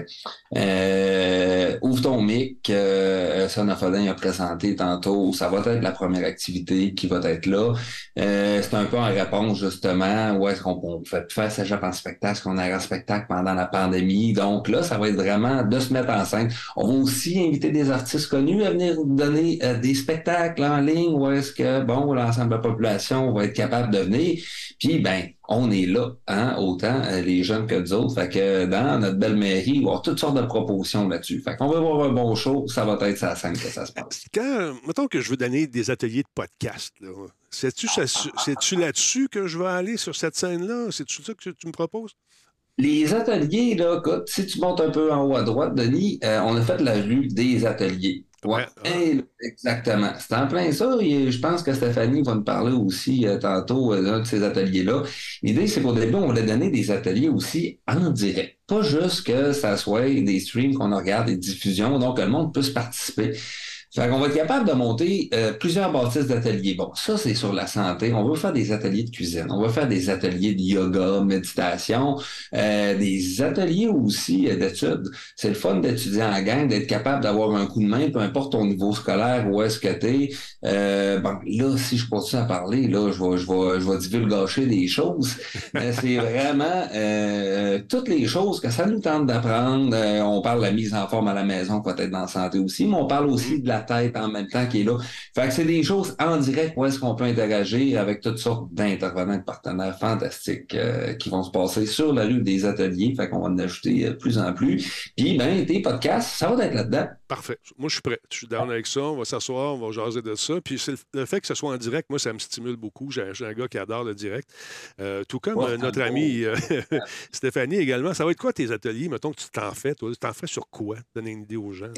Euh, ouvre ton mic, euh, Sonafodin a présenté tantôt, ça va être la première activité qui va être là. Euh, c'est un peu en réponse, justement, où est-ce qu'on on fait faire ça en spectacle, qu'on a un spectacle pendant la pandémie. Donc là, ça va être vraiment de se mettre en scène. On va aussi inviter des artistes connus à venir donner euh, des spectacles en ligne où est-ce que, bon, l'ensemble de la population va être capable de venir. Puis, ben, on est là, hein, autant euh, les jeunes que nous autres. Fait que dans notre belle mairie, il va y avoir toutes sortes de propositions là-dessus. Fait qu'on va avoir un bon show, ça va être sa scène que ça se passe. Quand, mettons que je veux donner des ateliers de podcast, là, c'est-tu, ah, c'est, c'est-tu là-dessus que je vais aller sur cette scène-là? C'est-tu ça que tu me proposes? Les ateliers, là, écoute, si tu montes un peu en haut à droite, Denis, euh, on a fait la rue des ateliers. Ouais, ouais. Exactement. C'est en plein ça. Et je pense que Stéphanie va nous parler aussi euh, tantôt euh, d'un de ces ateliers-là. L'idée, c'est qu'au début, on voulait donner des ateliers aussi en direct. Pas juste que ça soit des streams qu'on regarde, des diffusions, donc que le monde puisse participer. Fait qu'on va être capable de monter euh, plusieurs bâtisses d'ateliers. Bon, ça, c'est sur la santé. On va faire des ateliers de cuisine. On va faire des ateliers de yoga, méditation, euh, des ateliers aussi euh, d'études. C'est le fun d'étudier en gang, d'être capable d'avoir un coup de main, peu importe ton niveau scolaire, où est-ce que t'es. Euh, bon, là, si je continue à parler, là, je vais, je vais, je vais divulgacher des choses. Euh, c'est vraiment euh, toutes les choses que ça nous tente d'apprendre. Euh, on parle de la mise en forme à la maison, peut-être dans la santé aussi, mais on parle aussi de la tête en même temps qui est là. Fait que c'est des choses en direct où est-ce qu'on peut interagir avec toutes sortes d'intervenants, de partenaires fantastiques euh, qui vont se passer sur la rue des ateliers. Fait qu'on va en ajouter de plus en plus. Puis, ben, tes podcasts, ça va être là-dedans. Parfait. Moi, je suis prêt. Je suis down avec ça. On va s'asseoir, on va jaser de ça. Puis, c'est le, le fait que ce soit en direct, moi, ça me stimule beaucoup. J'ai, j'ai un gars qui adore le direct. Euh, tout comme ouais, euh, notre amie euh, Stéphanie également. Ça va être quoi tes ateliers? Mettons que tu t'en fais, toi. Tu t'en fais sur quoi? Donner une idée aux gens.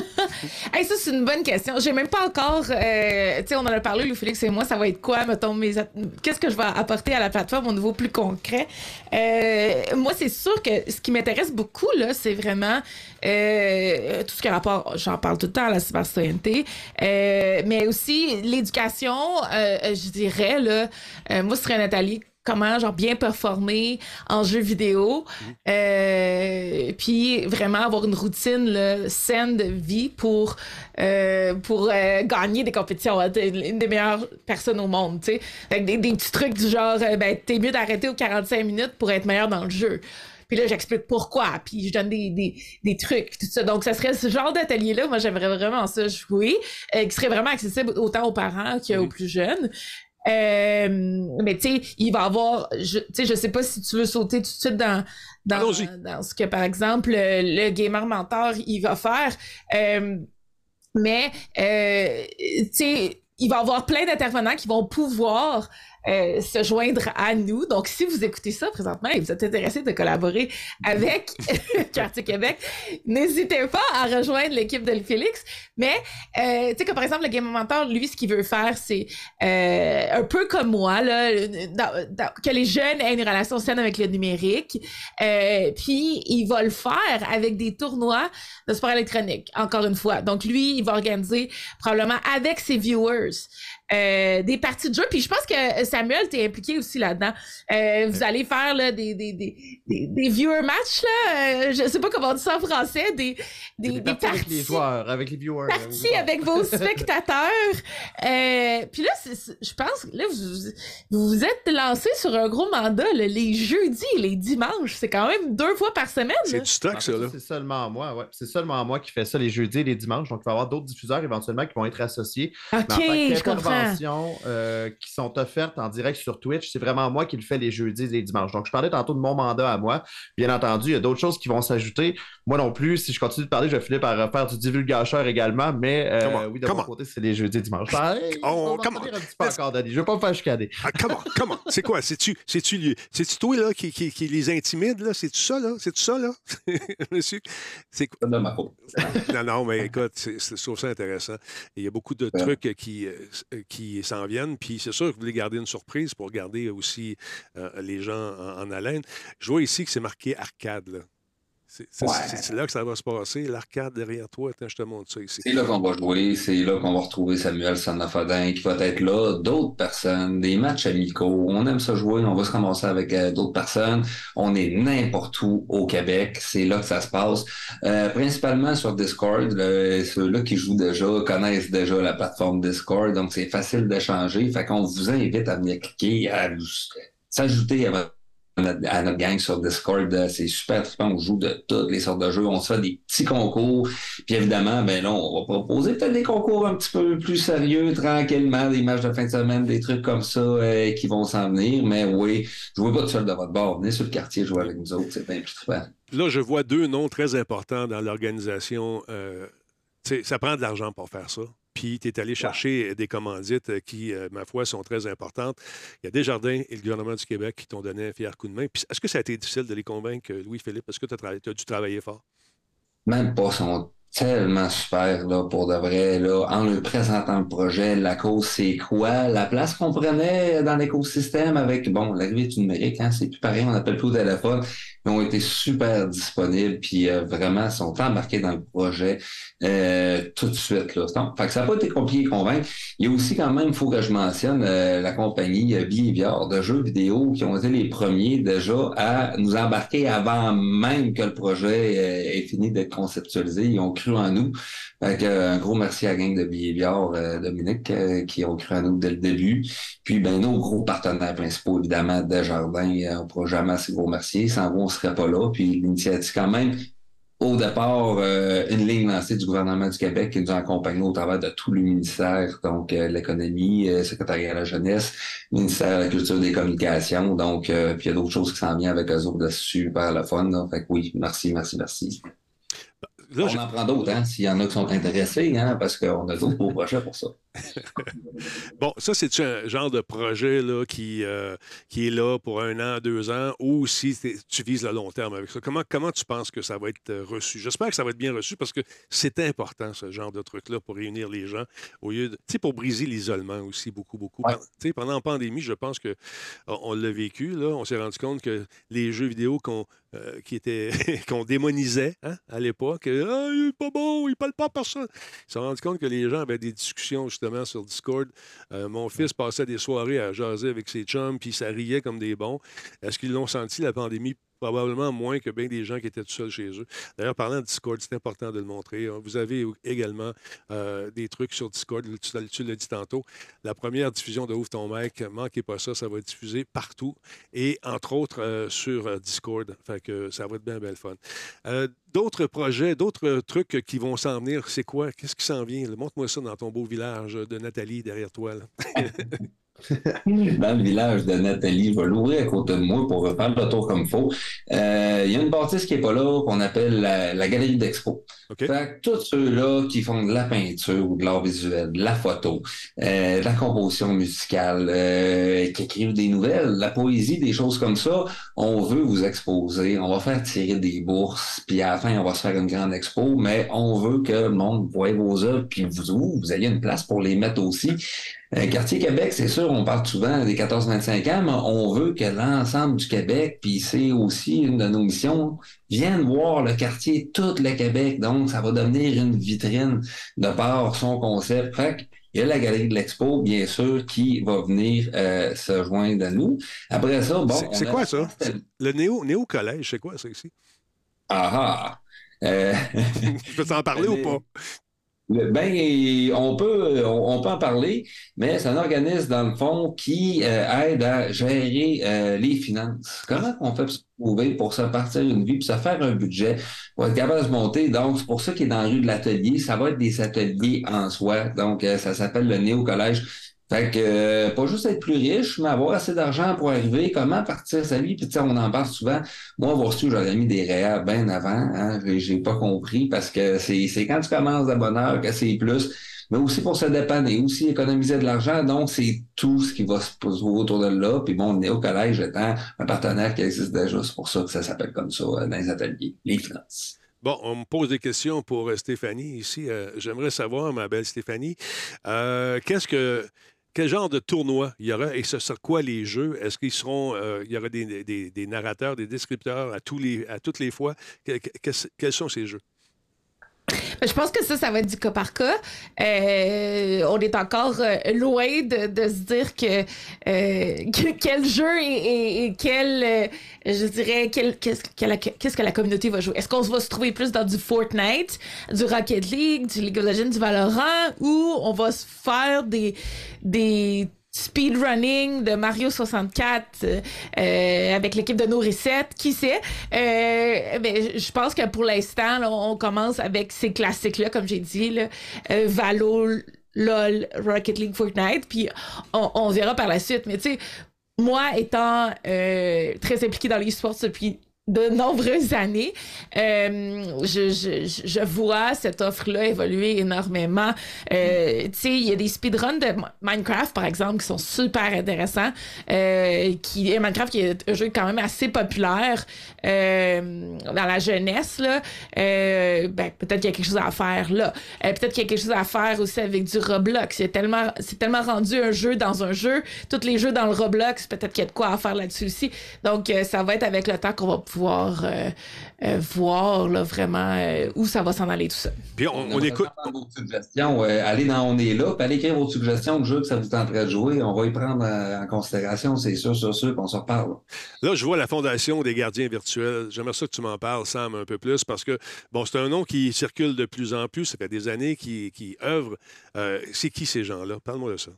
Hey, ça, c'est une bonne question. J'ai même pas encore... Euh, tu sais, on en a parlé, Louis-Félix et moi, ça va être quoi, mettons, mes... At- qu'est-ce que je vais apporter à la plateforme au niveau plus concret? Euh, moi, c'est sûr que ce qui m'intéresse beaucoup, là, c'est vraiment euh, tout ce qui a rapport, j'en parle tout le temps, à la cybercitoyenneté, euh, mais aussi l'éducation, euh, je dirais, là, euh, moi, ce serait un atelier comment genre bien performer en jeu vidéo, euh, puis vraiment avoir une routine là, saine de vie pour euh, pour euh, gagner des compétitions, être une des meilleures personnes au monde, tu sais, avec des, des petits trucs du genre euh, ben t'es mieux d'arrêter aux quarante-cinq minutes pour être meilleur dans le jeu. Puis là, j'explique pourquoi, puis je donne des, des, des trucs, tout ça. Donc, ça serait ce genre d'atelier-là, moi, j'aimerais vraiment ça jouer, euh, qui serait vraiment accessible autant aux parents qu'aux plus jeunes. Euh, mais tu sais, il va avoir, tu sais, je sais pas si tu veux sauter tout de suite dans dans, dans ce que, par exemple, le, le gamer mentor, il va faire. Euh, mais, euh, tu sais, il va y avoir plein d'intervenants qui vont pouvoir euh, se joindre à nous. Donc, si vous écoutez ça présentement et vous êtes intéressé de collaborer avec Quartier Québec, n'hésitez pas à rejoindre l'équipe de Félix. Mais, euh, tu sais, que par exemple, le Game Mentor, lui, ce qu'il veut faire, c'est euh, un peu comme moi, là, dans, dans, que les jeunes aient une relation saine avec le numérique. Euh, puis, il va le faire avec des tournois de sport électronique, encore une fois. Donc, lui, il va organiser probablement avec ses viewers euh, des parties de jeu. Puis je pense que Samuel, t'es impliqué aussi là-dedans. Euh, vous allez faire là, des, des, des, des, des viewer matchs, là. Euh, je sais pas comment on dit ça en français. Des, des, des, des parties avec les joueurs, avec les viewers. Parties avec vos spectateurs. Euh, puis là, c'est, c'est, je pense que là, vous, vous vous êtes lancé sur un gros mandat, là, les jeudis et les dimanches. C'est quand même deux fois par semaine. C'est là. du stock, ça, là. C'est seulement moi, ouais. C'est seulement moi qui fais ça les jeudis et les dimanches. Donc, il va y avoir d'autres diffuseurs éventuellement qui vont être associés. OK, Mais en tant je comprends. qu'interventions euh, qui sont offertes en direct sur Twitch, c'est vraiment moi qui le fais les jeudis et les dimanches. Donc, je parlais tantôt de mon mandat à moi. Bien entendu, il y a d'autres choses qui vont s'ajouter. Moi non plus, si je continue de parler, je vais finir par faire du divulgateur également. Mais euh, Comment? oui, de Comment? mon côté, c'est les jeudis et dimanches. Ben, hey, Oh, on va comment? m'en dire un petit peu encore, Danny. Je ne vais pas me faire chicaner. Ah, comment? Comment? C'est quoi? C'est-tu, c'est-tu, c'est-tu toi, là, qui, qui, qui les intimide, là? C'est-tu ça, là? C'est-tu ça, là? Monsieur? C'est quoi? De ma faute. Non, non, mais écoute, c'est, c'est, je trouve ça intéressant. Il y a beaucoup de Ouais. trucs qui, euh, qui s'en viennent. Puis c'est sûr que vous voulez garder une surprise pour garder aussi euh, les gens en, en haleine. Je vois ici que c'est marqué arcade, là. C'est, c'est, Ouais. c'est, c'est là que ça va se passer, l'arcade derrière toi. Attends, je te montre ça ici. C'est là qu'on va jouer, c'est là qu'on va retrouver Samuel Sonnafodin qui va être là, d'autres personnes, des matchs amicaux. On aime ça jouer, on va se ramasser avec euh, d'autres personnes. On est n'importe où au Québec, c'est là que ça se passe. Euh, principalement sur Discord, là, ceux-là qui jouent déjà connaissent déjà la plateforme Discord, donc c'est facile d'échanger. Fait qu'on vous invite à venir cliquer, à vous s'ajouter à votre à notre gang sur Discord, c'est super trippant, on joue de toutes les sortes de jeux, on se fait des petits concours, puis évidemment, ben là, on va proposer peut-être des concours un petit peu plus sérieux, tranquillement, des matchs de fin de semaine, des trucs comme ça euh, qui vont s'en venir, mais oui, jouez pas tout seul de votre bord, venez sur le quartier jouer avec nous autres, c'est bien plus trippant. Là, je vois deux noms très importants dans l'organisation. Euh, tu sais, ça prend de l'argent pour faire ça. Puis, tu es allé chercher des commandites qui, euh, ma foi, sont très importantes. Il y a Desjardins et le gouvernement du Québec qui t'ont donné un fier coup de main. Puis, est-ce que ça a été difficile de les convaincre, Louis-Philippe? Est-ce que tu as, tra- t'as dû travailler fort? Même pas, sont tellement super, là, pour de vrai, là, en leur présentant le projet, la cause, c'est quoi? La place qu'on prenait dans l'écosystème avec, bon, l'arrivée du numérique, hein, c'est plus pareil, on n'appelle plus au téléphone. Ils ont été super disponibles, puis euh, vraiment sont embarqués dans le projet euh, tout de suite. Là. Donc, fait que ça n'a pas été compliqué de convaincre. Il y a aussi quand même, il faut que je mentionne, euh, la compagnie euh, Behavior de jeux vidéo qui ont été les premiers déjà à nous embarquer avant même que le projet euh, ait fini d'être conceptualisé. Ils ont cru en nous. Fait que, euh, un gros merci à la gang de Behavior, euh, Dominique, euh, qui ont cru en nous dès le début. Puis ben nos gros partenaires principaux, évidemment, Desjardins, euh, on ne pourra jamais assez gros remercier. Sans vous, on serait pas là. Puis l'initiative, quand même, au départ, euh, une ligne lancée du gouvernement du Québec qui nous a accompagnés au travers de tout le ministère, donc euh, l'économie, euh, secrétariat à la jeunesse, ministère de la culture et des communications, donc euh, puis il y a d'autres choses qui s'en viennent avec eux autres de super le fun. Là. Fait que oui, merci, merci, merci. Là, on je... en prend d'autres, hein, s'il y en a qui sont intéressés, hein, parce qu'on a d'autres beaux projets pour ça. Bon, ça, c'est un genre de projet là, qui, euh, qui est là pour un an, deux ans, ou si tu vises le long terme avec ça. Comment, comment tu penses que ça va être reçu? J'espère que ça va être bien reçu parce que c'est important, ce genre de truc-là, pour réunir les gens, au lieu de. Tu sais, pour briser l'isolement aussi, beaucoup, beaucoup. Ouais. Tu sais, pendant la pandémie, je pense qu'on on l'a vécu, là. On s'est rendu compte que les jeux vidéo qu'on euh, qui étaient qu'on démonisait hein, à l'époque, ah, il est pas bon, il parle pas à personne. Ils se sont rendus compte que les gens avaient des discussions, justement, sur Discord. Euh, mon fils passait des soirées à jaser avec ses chums, puis ça riait comme des bons. Est-ce qu'ils l'ont senti, la pandémie? Probablement moins que bien des gens qui étaient tout seuls chez eux. D'ailleurs, parlant de Discord, c'est important de le montrer. Vous avez également euh, des trucs sur Discord, tu, tu l'as dit tantôt. La première diffusion de Ouvre ton Mic, manquez pas ça, ça va être diffusé partout. Et entre autres, euh, sur euh, Discord. Fait que ça va être bien, bien le fun. Euh, d'autres projets, d'autres trucs qui vont s'en venir, c'est quoi? Qu'est-ce qui s'en vient? Montre-moi ça dans ton beau village de Nathalie derrière toi. Là. Dans le village de Nathalie, je vais l'ouvrir à côté de moi pour refaire le tour comme il faut. Euh, il y a une bâtisse qui n'est pas là, qu'on appelle la, la galerie d'expo. Okay. Fait que tous ceux-là qui font de la peinture ou de l'art visuel, de la photo, euh, de la composition musicale, euh, qui écrivent des nouvelles, de la poésie, des choses comme ça, on veut vous exposer, on va faire tirer des bourses, puis à la fin, on va se faire une grande expo, mais on veut que le monde voie vos œuvres, puis vous, vous ayez une place pour les mettre aussi. Euh, Quartier Québec, c'est sûr, on parle souvent des quatorze vingt-cinq ans, mais on veut que l'ensemble du Québec, puis c'est aussi une de nos missions, viennent voir le quartier, tout le Québec. Donc, ça va devenir une vitrine de par son concept. Fait que, il y a la Galerie de l'Expo, bien sûr, qui va venir euh, se joindre à nous. Après ça, bon... C'est, c'est quoi ça? C'est le néo, néo-collège, c'est quoi ça ici? Ah ah! Euh... Je peux t'en parler ou pas? Ben, on peut, on peut en parler, mais c'est un organisme, dans le fond, qui euh, aide à gérer euh, les finances. Comment on fait pour se trouver, pour se partir une vie, puis se faire un budget, pour être capable de se monter? Donc, c'est pour ça qu'il est dans la rue de l'atelier. Ça va être des ateliers en soi. Donc, euh, ça s'appelle le Néo-Collège. Fait que, euh, pas juste être plus riche, mais avoir assez d'argent pour arriver, comment partir sa vie. Puis, tu sais, on en parle souvent. Moi, voir su, j'aurais mis des réels bien avant. Hein, j'ai, j'ai pas compris parce que c'est, c'est quand tu commences de bonne heure que c'est plus. Mais aussi pour se dépanner, aussi économiser de l'argent. Donc, c'est tout ce qui va se poser autour de là. Puis bon, on est au collège étant un partenaire qui existe déjà. C'est pour ça que ça s'appelle comme ça euh, dans les ateliers, les finances. Bon, on me pose des questions pour euh, Stéphanie ici. Euh, j'aimerais savoir, ma belle Stéphanie, euh, qu'est-ce que... Quel genre de tournoi il y aura et ce sera quoi les jeux? Est-ce qu'ils seront, euh, il y aura des, des, des narrateurs, des descripteurs à, tous les, à toutes les fois? Que, que, quels sont ces jeux? Je pense que ça, ça va être du cas par cas. Euh, on est encore euh, loin de, de se dire que, euh, que quel jeu et, et, et quel, euh, je dirais, quel, qu'est-ce, que la, qu'est-ce que la communauté va jouer. Est-ce qu'on va se trouver plus dans du Fortnite, du Rocket League, du League of Legends, du Valorant, ou on va se faire des, des speedrunning de Mario soixante-quatre euh, avec l'équipe de No Reset, qui sait? Euh, ben, je pense que pour l'instant, là, on commence avec ces classiques-là, comme j'ai dit, là, euh, Valo, LOL, Rocket League, Fortnite, puis on, on verra par la suite. Mais tu sais, moi, étant euh, très impliquée dans l'e-sport depuis de nombreuses années, euh, je, je, je vois cette offre-là évoluer énormément. Euh, tu sais, il y a des speedruns de Minecraft, par exemple, qui sont super intéressants. Euh, qui, Minecraft, qui est un jeu quand même assez populaire euh, dans la jeunesse, là. Euh, ben, peut-être qu'il y a quelque chose à faire là. Euh, peut-être qu'il y a quelque chose à faire aussi avec du Roblox. C'est tellement, c'est tellement rendu un jeu dans un jeu. Tous les jeux dans le Roblox, peut-être qu'il y a de quoi à faire là-dessus aussi. Donc, euh, ça va être avec le temps qu'on va pouvoir pouvoir euh, euh, voir là, vraiment euh, où ça va s'en aller tout ça. Puis on, on, on écoute. Vos suggestions, euh, allez dans On est là, puis allez écrire vos suggestions de jeux que ça vous tenterait de jouer. On va y prendre euh, en considération, c'est sûr, sûr, sûr qu'on se reparle. Là, je vois la Fondation des gardiens virtuels. J'aimerais ça que tu m'en parles, Sam, un peu plus, parce que, bon, c'est un nom qui circule de plus en plus. Ça fait des années qui, qui œuvre. Euh, c'est qui ces gens-là? Parle-moi de ça.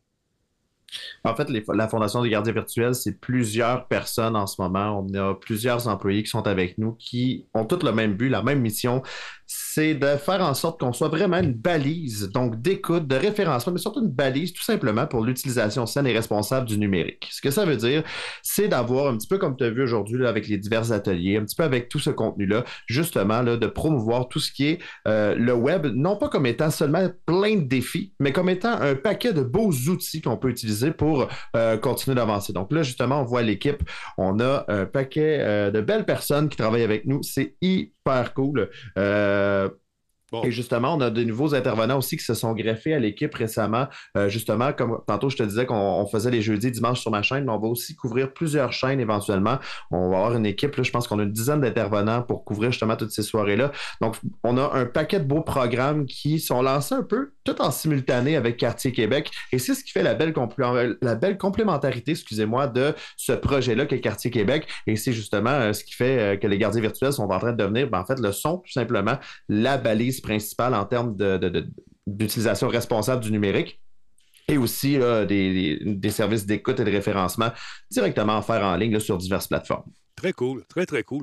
En fait, les, la Fondation des gardiens virtuels, c'est plusieurs personnes en ce moment. On a plusieurs employés qui sont avec nous, qui ont tous le même but, la même mission. C'est de faire en sorte qu'on soit vraiment une balise, donc d'écoute, de référencement, mais surtout une balise tout simplement pour l'utilisation saine et responsable du numérique. Ce que ça veut dire, c'est d'avoir un petit peu comme tu as vu aujourd'hui là, avec les divers ateliers, un petit peu avec tout ce contenu-là, justement, là, de promouvoir tout ce qui est euh, le web, non pas comme étant seulement plein de défis, mais comme étant un paquet de beaux outils qu'on peut utiliser pour euh, continuer d'avancer. Donc là, justement, on voit l'équipe, on a un paquet euh, de belles personnes qui travaillent avec nous, c'est hyper cool. Euh, Bon. Et justement, on a de nouveaux intervenants aussi qui se sont greffés à l'équipe récemment. Euh, justement, comme tantôt, je te disais qu'on on faisait les jeudis, dimanches sur ma chaîne, mais on va aussi couvrir plusieurs chaînes éventuellement. On va avoir une équipe, là, je pense qu'on a une dizaine d'intervenants pour couvrir justement toutes ces soirées-là. Donc, on a un paquet de beaux programmes qui sont lancés un peu tout en simultané avec Quartier Québec. Et c'est ce qui fait la belle, complé- la belle complémentarité, excusez-moi, de ce projet-là qu'est Quartier Québec. Et c'est justement euh, ce qui fait euh, que les gardiens virtuels sont en train de devenir, ben, en fait, le sont tout simplement la balise principale en termes de, de, de, d'utilisation responsable du numérique et aussi là, des, des, des services d'écoute et de référencement directement à faire en ligne là, sur diverses plateformes. Très cool, très, très cool.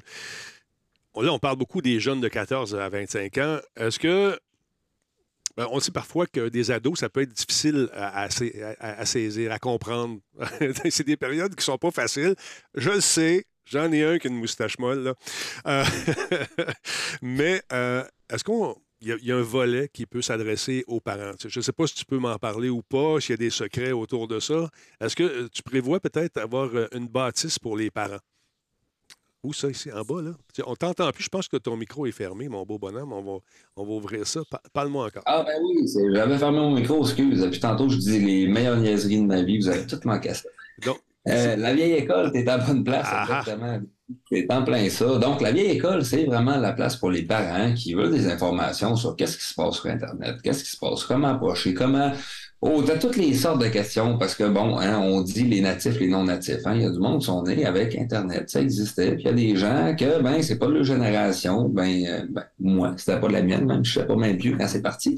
Là, on parle beaucoup des jeunes de quatorze à vingt-cinq ans. Est-ce que ben, on sait parfois que des ados, ça peut être difficile à, à, à, à saisir, à comprendre. C'est des périodes qui ne sont pas faciles. Je le sais. J'en ai un qui a une moustache molle, là. Euh, mais euh, est-ce qu'on... Il y, y a un volet qui peut s'adresser aux parents. Je ne sais pas si tu peux m'en parler ou pas, s'il y a des secrets autour de ça. Est-ce que tu prévois peut-être avoir une bâtisse pour les parents? Où ça, ici, en bas, là? On t'entend plus. Je pense que ton micro est fermé, mon beau bonhomme. On va, on va ouvrir ça. Pa- Parle-moi encore. Ah, ben oui, c'est- j'avais fermé mon micro, excuse. Depuis tantôt, je dis les meilleures niaiseries de ma vie. Vous avez tout manqué ça. Donc, Euh, la vieille école, t'es à la bonne place, Ah ah. exactement. C'est en plein ça. Donc, la vieille école, c'est vraiment la place pour les parents qui veulent des informations sur qu'est-ce qui se passe sur Internet, qu'est-ce qui se passe, comment approcher, comment... Oh, t'as toutes les sortes de questions parce que, bon, hein, on dit les natifs, les non-natifs. Hein, il y a du monde qui sont nés avec Internet, ça existait. Puis il y a des gens que, ben, c'est pas de leur génération. Ben, euh, ben moi, c'était pas de la mienne, même, je sais pas même plus quand c'est parti.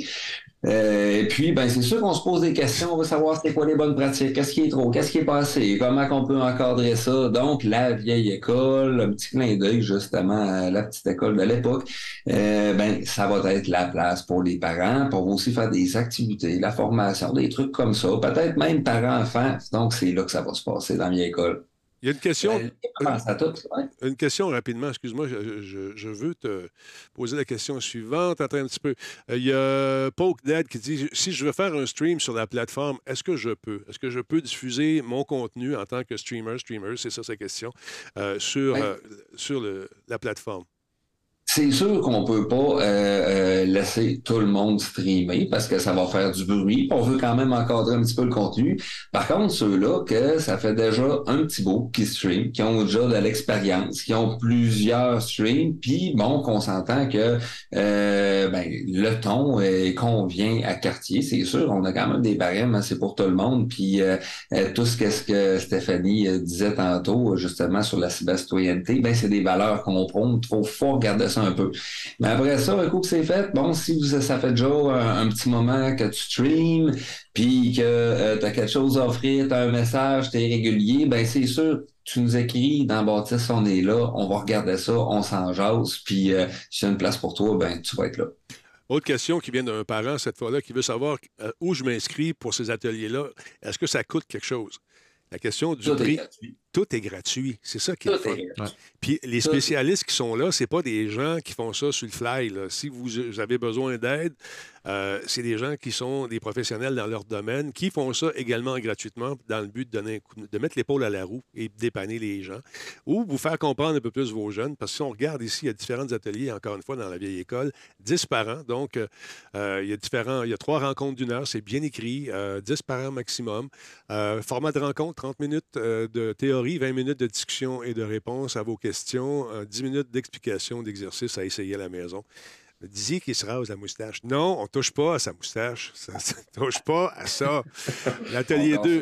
Euh, et puis, ben, c'est sûr qu'on se pose des questions, on veut savoir c'est quoi les bonnes pratiques, qu'est-ce qui est trop, qu'est-ce qui est passé, comment qu'on peut encadrer ça. Donc, la vieille école, un petit clin d'œil justement à la petite école de l'époque, euh, ben, ça va être la place pour les parents, pour aussi faire des activités, la formation, des trucs comme ça, peut-être même parents-enfants. Donc, c'est là que ça va se passer dans la vieille école. il y a une question. Ben, je pense à tout, ouais. Une question rapidement, excuse-moi, je, je- je veux te poser la question suivante. Attends un petit peu. Euh, Il y a Poke Dad qui dit si je veux faire un stream sur la plateforme, est-ce que je peux Est-ce que je peux diffuser mon contenu en tant que streamer, streamer, c'est ça sa question, euh, sur, Ouais. euh, sur le- la plateforme? C'est sûr qu'on peut pas euh, euh, laisser tout le monde streamer parce que ça va faire du bruit. On veut quand même encadrer un petit peu le contenu. Par contre, ceux-là que ça fait déjà un petit bout qui streament, qui ont déjà de l'expérience, qui ont plusieurs streams, puis bon, qu'on s'entend que euh, ben, le ton euh, convient à Quartier. C'est sûr, on a quand même des barèmes, hein, c'est pour tout le monde. Puis euh, euh, tout ce que, ce que Stéphanie euh, disait tantôt, justement, sur la cybercitoyenneté, ben c'est des valeurs qu'on prône. Faut, faut regarder ça un peu. Mais après ça, un coup que c'est fait, bon, si vous, ça fait déjà un, un petit moment que tu streams, puis que euh, tu as quelque chose à offrir, tu as un message, tu es régulier, ben c'est sûr, tu nous écris dans Baptiste, on est là, on va regarder ça, on s'en jase, puis euh, s'il y a une place pour toi, ben tu vas être là. Autre question qui vient d'un parent, cette fois-là, qui veut savoir euh, où je m'inscris pour ces ateliers-là. Est-ce que ça coûte quelque chose? La question du Tout est prix. gratuit. Tout est gratuit. C'est ça qui est le Tout fun. est gratuit. Puis les Tout. spécialistes qui sont là, c'est pas des gens qui font ça sur le fly, là. Si vous, vous avez besoin d'aide, euh, c'est des gens qui sont des professionnels dans leur domaine, qui font ça également gratuitement dans le but de, donner un coup, de mettre l'épaule à la roue et de dépanner les gens. Ou vous faire comprendre un peu plus vos jeunes. Parce que si on regarde ici, il y a différents ateliers, encore une fois, dans la vieille école, dix par an. Donc, euh, il y a différents, il y a trois rencontres d'une heure, c'est bien écrit, euh, dix par an maximum. Euh, format de rencontre, trente minutes euh, de théorie, vingt minutes de discussion et de réponse à vos questions, euh, dix minutes d'explication d'exercice à essayer à la maison. Me disiez qu'il se rase la moustache. Non, on ne touche pas à sa moustache. Ça ne touche pas à ça. L'atelier deux,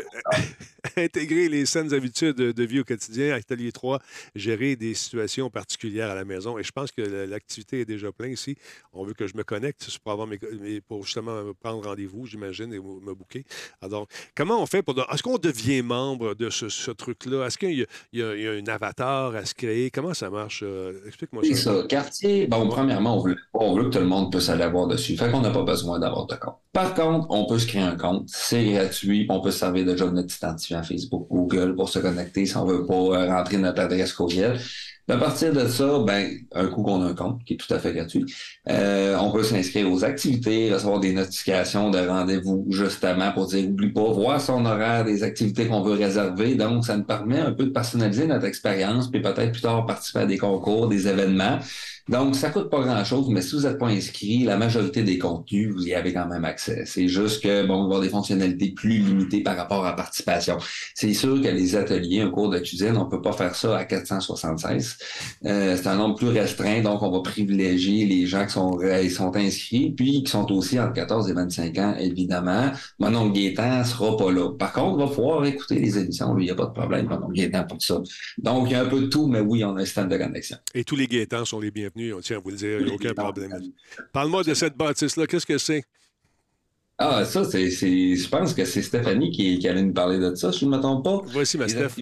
intégrer les saines habitudes de vie au quotidien. Atelier trois, gérer des situations particulières à la maison. Et je pense que l'activité est déjà pleine ici. On veut que je me connecte pour, avoir mes, pour justement prendre rendez-vous, j'imagine, et me booker. Alors, comment on fait pour... Est-ce qu'on devient membre de ce, ce truc-là? Est-ce qu'il y a, il y a, il y a un avatar à se créer? Comment ça marche? Explique-moi ça. C'est ça. Quartier, bon, premièrement, on veut, on veut que tout le monde puisse aller voir dessus. Fait qu'on n'a pas besoin d'avoir de compte. Par contre, on peut se créer un compte. C'est gratuit. On peut se servir déjà de notre identifiant Facebook, Google pour se connecter si on veut pas rentrer notre adresse courriel. À partir de ça, ben, un coup qu'on a un compte qui est tout à fait gratuit, euh, on peut s'inscrire aux activités, recevoir des notifications de rendez-vous justement pour dire, oublie pas, voir son horaire des activités qu'on veut réserver. Donc, ça nous permet un peu de personnaliser notre expérience, puis peut-être plus tard participer à des concours, des événements. Donc, ça coûte pas grand-chose, mais si vous n'êtes pas inscrit, la majorité des contenus, vous y avez quand même accès. C'est juste que, bon, il va y avoir des fonctionnalités plus limitées par rapport à la participation. C'est sûr que les ateliers, un cours de cuisine, on peut pas faire ça à quatre cent soixante-seize. Euh, c'est un nombre plus restreint, donc on va privilégier les gens qui sont, ils sont inscrits, puis qui sont aussi entre quatorze et vingt-cinq ans, évidemment. Mon oncle Gaétan sera pas là. Par contre, il va pouvoir écouter les émissions, lui, il n'y a pas de problème, mon oncle Gaétan pour ça. Donc, il y a un peu de tout, mais oui, on a un système de connexion. Et tous les Gaétans sont les bienvenus. On tient à vous le dire, il n'y a aucun problème. Parle-moi de cette bâtisse-là. Qu'est-ce que c'est? Ah, ça, c'est, c'est, je pense que c'est Stéphanie qui, qui allait nous parler de ça, si je ne me trompe pas. Voici ma Steph.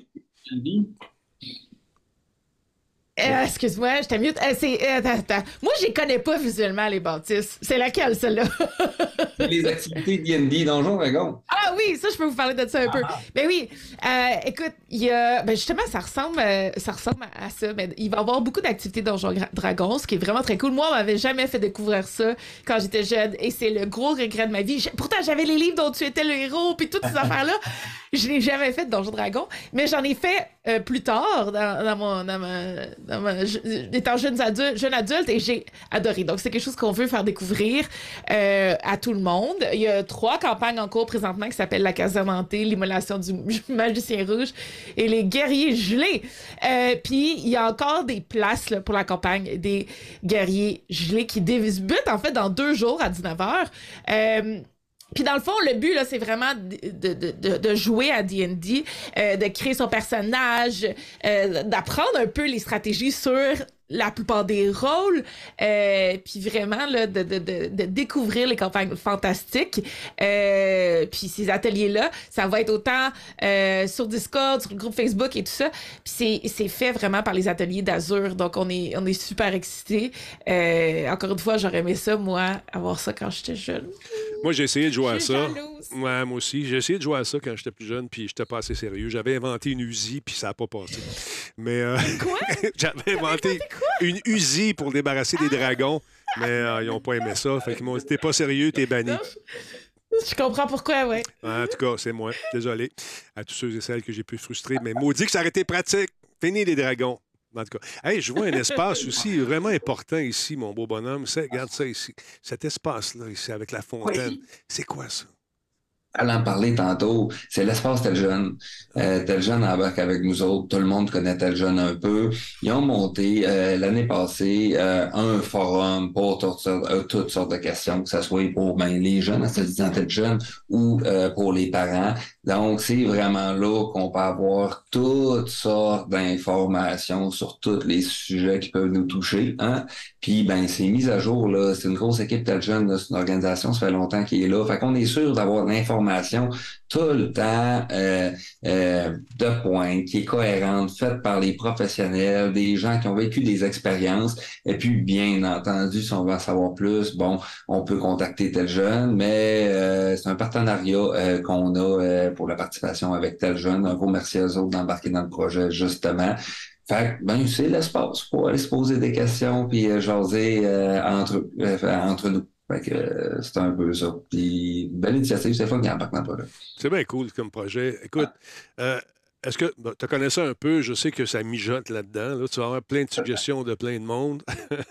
Euh, excuse-moi, je t'amuse. Euh, c'est, euh, attends, attends. Moi, je les connais pas visuellement, les bâtisses. C'est laquelle, celle-là? Les activités D and D, Donjon Dragon. Ah oui, ça, je peux vous parler de ça un ah. peu. Mais oui, euh, écoute, il y a... Ben justement, ça ressemble, euh, ça ressemble à ça. Mais il va y avoir beaucoup d'activités Donjon Dragon, ce qui est vraiment très cool. Moi, on m'avait jamais fait découvrir ça quand j'étais jeune. Et c'est le gros regret de ma vie. J'ai... Pourtant, j'avais les livres dont tu étais le héros, puis toutes ces affaires-là. je n'ai jamais fait de Donjon Dragon, mais j'en ai fait euh, plus tard, dans, dans mon, dans ma, dans ma, je, étant jeune adulte, jeune adulte, et j'ai adoré. Donc, c'est quelque chose qu'on veut faire découvrir euh, à tout le monde. Il y a trois campagnes en cours présentement qui s'appellent La Caserne Hantée, L'Immolation du Magicien Rouge et Les Guerriers Gelés. Euh, Puis, il y a encore des places là, pour la campagne des Guerriers Gelés qui débutent, en fait, dans deux jours à dix-neuf heures. Euh, Puis dans le fond, le but, là, c'est vraiment de, de, de, de jouer à D and D, euh, de créer son personnage, euh, d'apprendre un peu les stratégies sur la plupart des rôles, euh, puis vraiment là, de, de, de, de découvrir les campagnes fantastiques. Euh, puis ces ateliers-là, ça va être autant euh, sur Discord, sur le groupe Facebook et tout ça. Puis c'est, c'est fait vraiment par les ateliers d'Azur, donc on est, on est super excités. Euh, encore une fois, j'aurais aimé ça, moi, avoir ça quand j'étais jeune. Moi, j'ai essayé de jouer à Je suis ça. jalouse. Ouais, moi aussi. J'ai essayé de jouer à ça quand j'étais plus jeune, puis j'étais pas assez sérieux. J'avais inventé une Uzi, puis ça n'a pas passé. Mais euh, Quoi? j'avais inventé une Uzi pour débarrasser des dragons, mais euh, ils n'ont pas aimé ça. Fait qu'ils m'ont dit, t'es pas sérieux, t'es banni. Non, je... je comprends pourquoi, ouais. En tout cas, c'est moi. Désolé à tous ceux et celles que j'ai pu frustrer, mais maudit que ça aurait été pratique. Fini les dragons. En tout cas, hey, je vois un espace aussi vraiment important ici, mon beau bonhomme. C'est, regarde ça ici. Cet espace-là, ici, avec la fontaine. Oui. C'est quoi ça? Allons en parler tantôt, c'est l'espace Tel Jeune. Euh, Tel Jeune embarque avec nous autres. Tout le monde connaît Tel Jeune un peu. Ils ont monté euh, l'année passée euh, un forum pour toutes sortes, euh, toutes sortes de questions, que ce soit pour ben, les jeunes, c'est-à-dire Tel Jeune, ou euh, pour les parents. Donc, c'est vraiment là qu'on peut avoir toutes sortes d'informations sur tous les sujets qui peuvent nous toucher. Hein? Puis, ben, c'est mis à jour, là. C'est une grosse équipe Tel Jeune, là. C'est une organisation, ça fait longtemps qu'il est là. Fait qu'on est sûr d'avoir de l'information tout le temps euh, euh, de pointe, qui est cohérente, faite par les professionnels, des gens qui ont vécu des expériences. Et puis, bien entendu, si on veut en savoir plus, bon, on peut contacter Tel Jeune, mais euh, c'est un partenariat euh, qu'on a euh, pour la participation avec Tel Jeune. Un gros merci à eux autres d'embarquer dans le projet, justement. Fait que, ben, c'est l'espace pour aller se poser des questions puis euh, jaser euh, entre, euh, entre nous. Fait que euh, c'est un peu ça. Puis, belle initiative, c'est le fun qu'il y a un dans le projet. C'est bien cool comme projet. Écoute, euh, est-ce que bon, tu connais ça un peu? Je sais que ça mijote là-dedans. Là, tu vas avoir plein de suggestions de plein de monde.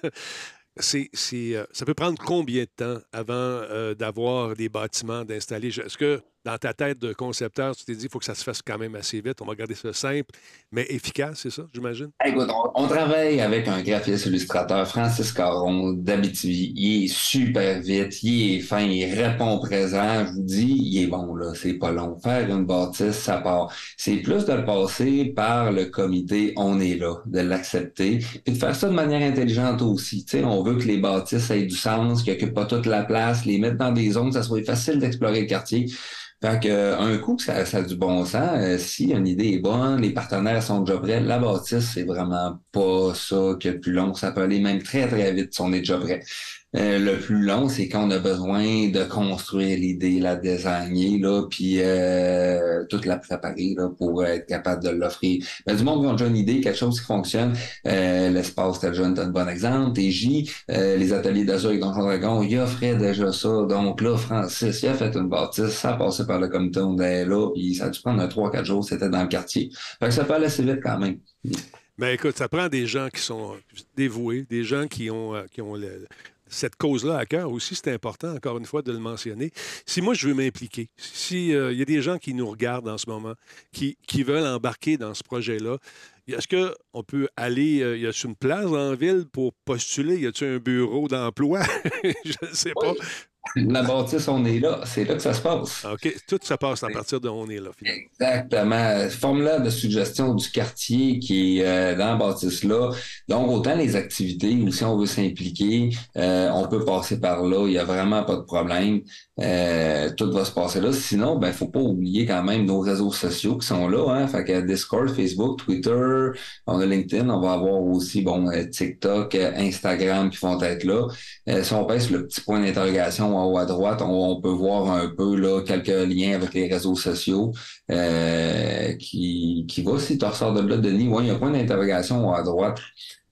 c'est, c'est, euh, ça peut prendre combien de temps avant euh, d'avoir des bâtiments, d'installer? Est-ce que dans ta tête de concepteur, tu t'es dit qu'il faut que ça se fasse quand même assez vite? On va garder ça simple, mais efficace, c'est ça, j'imagine? Écoute, on, on travaille avec un graphiste illustrateur, Francis Caron, d'Abitibi. Il est super vite, il est fin, il répond présent. Je vous dis, il est bon, là. C'est pas long. Faire une bâtisse, ça part. C'est plus de le passer par le comité, on est là, de l'accepter, puis de faire ça de manière intelligente aussi. Tu sais, on veut que les bâtisses aient du sens, qu'ils n'occupent pas toute la place, les mettre dans des zones, que ça soit facile d'explorer le quartier. Fait que, euh, un coup, ça, ça a du bon sens. Euh, si une idée est bonne, les partenaires sont déjà prêts, la bâtisse, c'est vraiment pas ça qui est le plus long. Ça peut aller même très, très vite si on est déjà prêt. Euh, le plus long, c'est quand on a besoin de construire l'idée, la designer, là, puis euh, toute la préparer là, pour être capable de l'offrir. Ben, du monde qui a déjà une idée, quelque chose qui fonctionne. Euh, l'espace Tel Jeune, c'est un bon exemple. T J, euh, les ateliers d'Azur avec Donjon Dragon, il offrait déjà ça. Donc là, Francis, il a fait une bâtisse, ça a passé par le comité, on est là, puis ça a dû prendre un trois quatre jours, c'était dans le quartier. Fait que ça peut aller assez vite quand même. Ben écoute, ça prend des gens qui sont dévoués, des gens qui ont, qui ont le, cette cause-là à cœur aussi, c'est important, encore une fois, de le mentionner. Si moi, je veux m'impliquer, s'il euh, y a des gens qui nous regardent en ce moment, qui, qui veulent embarquer dans ce projet-là, est-ce qu'on peut aller, euh, y a-t-il une place en ville pour postuler? Y a-t-il un bureau d'emploi? Je ne sais pas. Oui. La bâtisse, on est là. C'est là que ça se passe. OK. Tout ça passe à partir de on est là, finalement. Exactement. Formulaire de suggestion du quartier qui est euh, dans la bâtisse-là. Donc, autant les activités ou si on veut s'impliquer, euh, on peut passer par là. Il n'y a vraiment pas de problème. Euh, tout va se passer là. Sinon, ben, faut pas oublier quand même nos réseaux sociaux qui sont là. Hein? Fait que Discord, Facebook, Twitter, on a LinkedIn. On va avoir aussi, bon, TikTok, Instagram qui vont être là. Euh, si on pèse le petit point d'interrogation en haut à droite, on, on peut voir un peu là quelques liens avec les réseaux sociaux euh, qui, qui va, si tu ressors de là, Denis, ouais, il y a un point d'interrogation en haut à droite.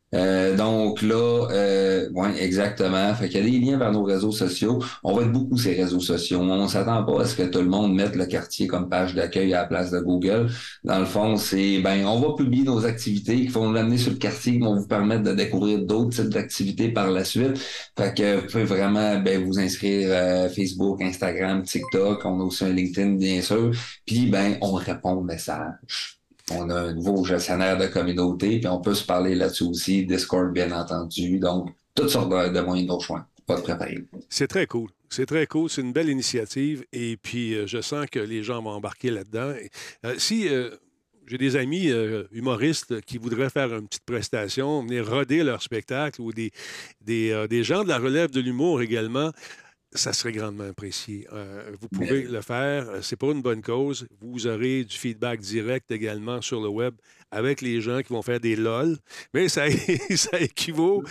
Euh, donc là, euh, ouais, exactement. Fait qu'il y a des liens vers nos réseaux sociaux. On va être beaucoup ces réseaux sociaux. On s'attend pas à ce que tout le monde mette le quartier comme page d'accueil à la place de Google. Dans le fond, c'est ben on va publier nos activités qui vont nous amener sur le quartier, qui vont vous permettre de découvrir d'autres types d'activités par la suite. Fait que vous pouvez vraiment ben, vous inscrire euh, Facebook, Instagram, TikTok. On a aussi un LinkedIn, bien sûr. Puis ben on répond aux messages. On a un nouveau gestionnaire de communauté, puis on peut se parler là-dessus aussi, Discord bien entendu, donc toutes sortes de, de moyens de choix. Pas de préparer. C'est très cool. C'est très cool. C'est une belle initiative et puis euh, je sens que les gens vont embarquer là-dedans. Euh, si euh, j'ai des amis euh, humoristes qui voudraient faire une petite prestation, venir roder leur spectacle ou des, des, euh, des gens de la relève de l'humour également, ça serait grandement apprécié. Euh, vous pouvez le faire. C'est pour une bonne cause. Vous aurez du feedback direct également sur le web avec les gens qui vont faire des lol. Mais ça, ça équivaut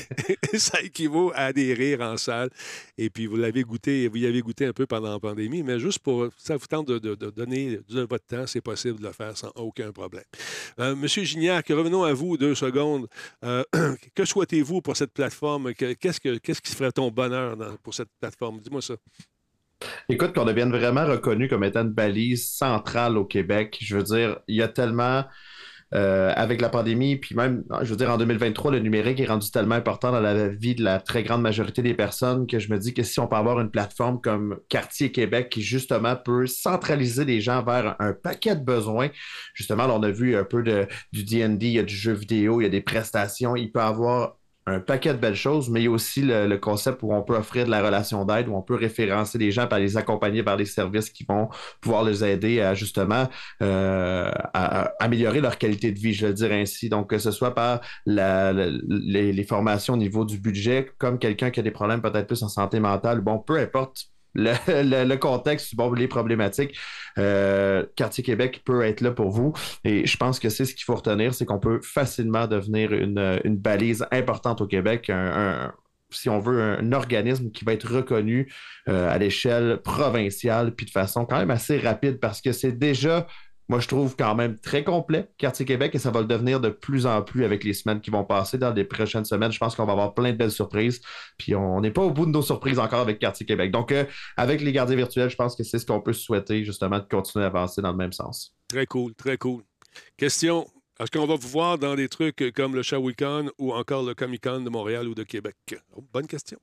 ça équivaut à des rires en salle. Et puis, vous l'avez goûté, vous y avez goûté un peu pendant la pandémie, mais juste pour ça vous tente de, de, de donner de votre temps, c'est possible de le faire sans aucun problème. Euh, Monsieur Gignac, revenons à vous deux secondes. Euh, que souhaitez-vous pour cette plateforme? Qu'est-ce, que, qu'est-ce qui ferait ton bonheur dans, pour cette plateforme? Dis-moi ça. Écoute, qu'on devienne vraiment reconnu comme étant une balise centrale au Québec. Je veux dire, il y a tellement... Euh, avec la pandémie, puis même, je veux dire, en deux mille vingt-trois, le numérique est rendu tellement important dans la vie de la très grande majorité des personnes que je me dis que si on peut avoir une plateforme comme Quartier Québec qui, justement, peut centraliser les gens vers un paquet de besoins, justement, là, on a vu un peu de, du D and D, il y a du jeu vidéo, il y a des prestations, il peut avoir un paquet de belles choses, mais il y a aussi le, le concept où on peut offrir de la relation d'aide, où on peut référencer les gens, et les accompagner vers des services qui vont pouvoir les aider à justement euh, à, à améliorer leur qualité de vie, je vais le dire ainsi. Donc, que ce soit par la, la, les, les formations au niveau du budget, comme quelqu'un qui a des problèmes peut-être plus en santé mentale, bon, peu importe Le, le, le contexte, bon, les problématiques, euh, Quartier Québec peut être là pour vous. Et je pense que c'est ce qu'il faut retenir, c'est qu'on peut facilement devenir une, une balise importante au Québec, un, un, si on veut, un organisme qui va être reconnu euh, à l'échelle provinciale, puis de façon quand même assez rapide, parce que c'est déjà... Moi, je trouve quand même très complet, Quartier Québec, et ça va le devenir de plus en plus avec les semaines qui vont passer. Dans les prochaines semaines, je pense qu'on va avoir plein de belles surprises. Puis on n'est pas au bout de nos surprises encore avec Quartier Québec. Donc, euh, avec les gardiens virtuels, je pense que c'est ce qu'on peut souhaiter, justement, de continuer à avancer dans le même sens. Très cool, très cool. Question, est-ce qu'on va vous voir dans des trucs comme le Shawicon ou encore le Comic-Con de Montréal ou de Québec? Oh, bonne question.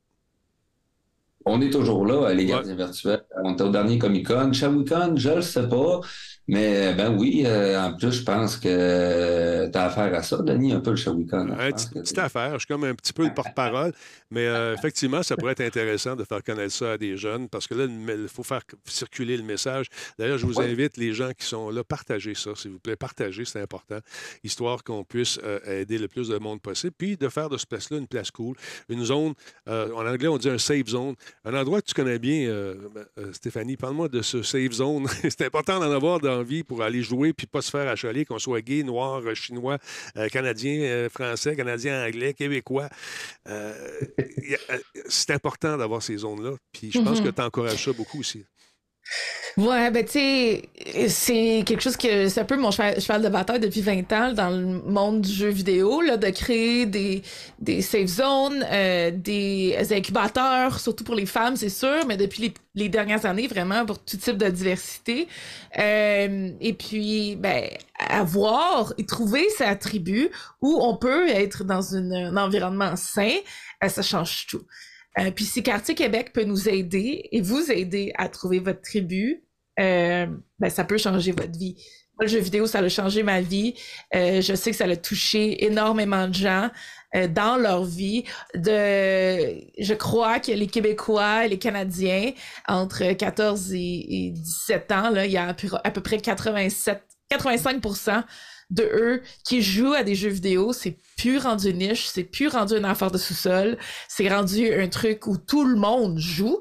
On est toujours là, les gardiens ouais. virtuels. On est au dernier Comic-Con. Shawicon, je le sais pas. Mais ben oui, euh, en plus, je pense que tu as affaire à ça, Denis, un peu le Shawicon. Une petite affaire. Je suis comme un petit peu le porte-parole. Mais euh, effectivement, ça pourrait être intéressant de faire connaître ça à des jeunes parce que là, il faut faire circuler le message. D'ailleurs, je vous invite, les gens qui sont là, partagez ça, s'il vous plaît. Partagez, c'est important, histoire qu'on puisse euh, aider le plus de monde possible. Puis de faire de ce place-là une place cool, une zone, euh, en anglais, on dit un safe zone. Un endroit que tu connais bien, euh, euh, Stéphanie, parle-moi de ce safe zone. C'est important d'en avoir dans la vie pour aller jouer puis pas se faire achaler, qu'on soit gay, noir, chinois, euh, canadien, euh, français, canadien, anglais, québécois. Euh, c'est important d'avoir ces zones-là. Puis je pense mm-hmm. que tu encourages ça beaucoup aussi. Ouais, ben tu sais, c'est quelque chose que c'est un peu mon cheval, cheval de bataille depuis vingt ans dans le monde du jeu vidéo, là, de créer des, des safe zones, euh, des incubateurs, surtout pour les femmes, c'est sûr, mais depuis les, les dernières années, vraiment pour tout type de diversité. Euh, et puis, ben, avoir et trouver sa tribu où on peut être dans une, un environnement sain, euh, ça change tout. Euh, puis si Quartier Québec peut nous aider et vous aider à trouver votre tribu, euh, ben ça peut changer votre vie. Moi, le jeu vidéo, ça a changé ma vie. Euh, je sais que ça a touché énormément de gens euh, dans leur vie. De, je crois que les Québécois et les Canadiens, entre quatorze et, et dix-sept ans, là, il y a à peu près quatre-vingt-sept, quatre-vingt-cinq pour cent de eux qui jouent à des jeux vidéo. C'est plus rendu niche, c'est plus rendu une affaire de sous-sol, c'est rendu un truc où tout le monde joue.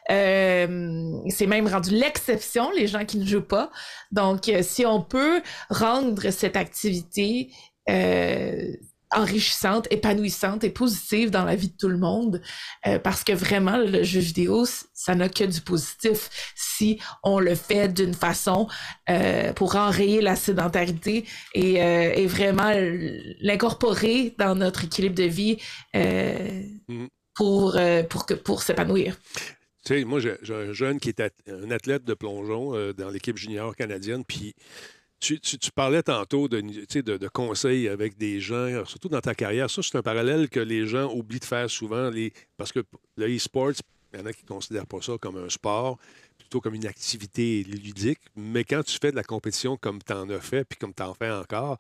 Euh, c'est même rendu l'exception, les gens qui ne jouent pas. Donc, si on peut rendre cette activité euh, enrichissante, épanouissante et positive dans la vie de tout le monde, euh, parce que vraiment, le jeu vidéo, ça n'a que du positif. Si si on le fait d'une façon euh, pour enrayer la sédentarité et, euh, et vraiment l'incorporer dans notre équilibre de vie euh, mm. pour, euh, pour, que, pour s'épanouir. Tu sais, moi, j'ai, j'ai un jeune qui est at- un athlète de plongeon euh, dans l'équipe junior canadienne, puis tu, tu, tu parlais tantôt de, de, de conseils avec des gens, surtout dans ta carrière. Ça, c'est un parallèle que les gens oublient de faire souvent, les, parce que le e-sports, il y en a qui ne considèrent pas ça comme un sport, plutôt comme une activité ludique. Mais quand tu fais de la compétition comme tu en as fait, puis comme tu en fais encore,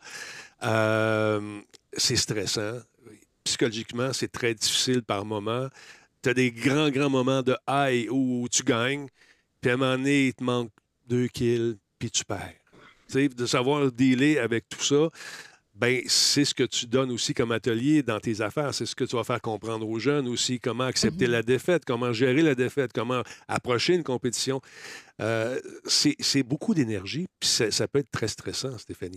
euh, c'est stressant. Psychologiquement, c'est très difficile par moments. Tu as des grands, grands moments de high où tu gagnes, puis à un moment donné, il te manque deux kills, puis tu perds. T'sais, de savoir dealer avec tout ça, ben c'est ce que tu donnes aussi comme atelier dans tes affaires. C'est ce que tu vas faire comprendre aux jeunes aussi, comment accepter mm-hmm. la défaite, comment gérer la défaite, comment approcher une compétition. Euh, c'est, c'est beaucoup d'énergie, puis ça, ça peut être très stressant, Stéphanie.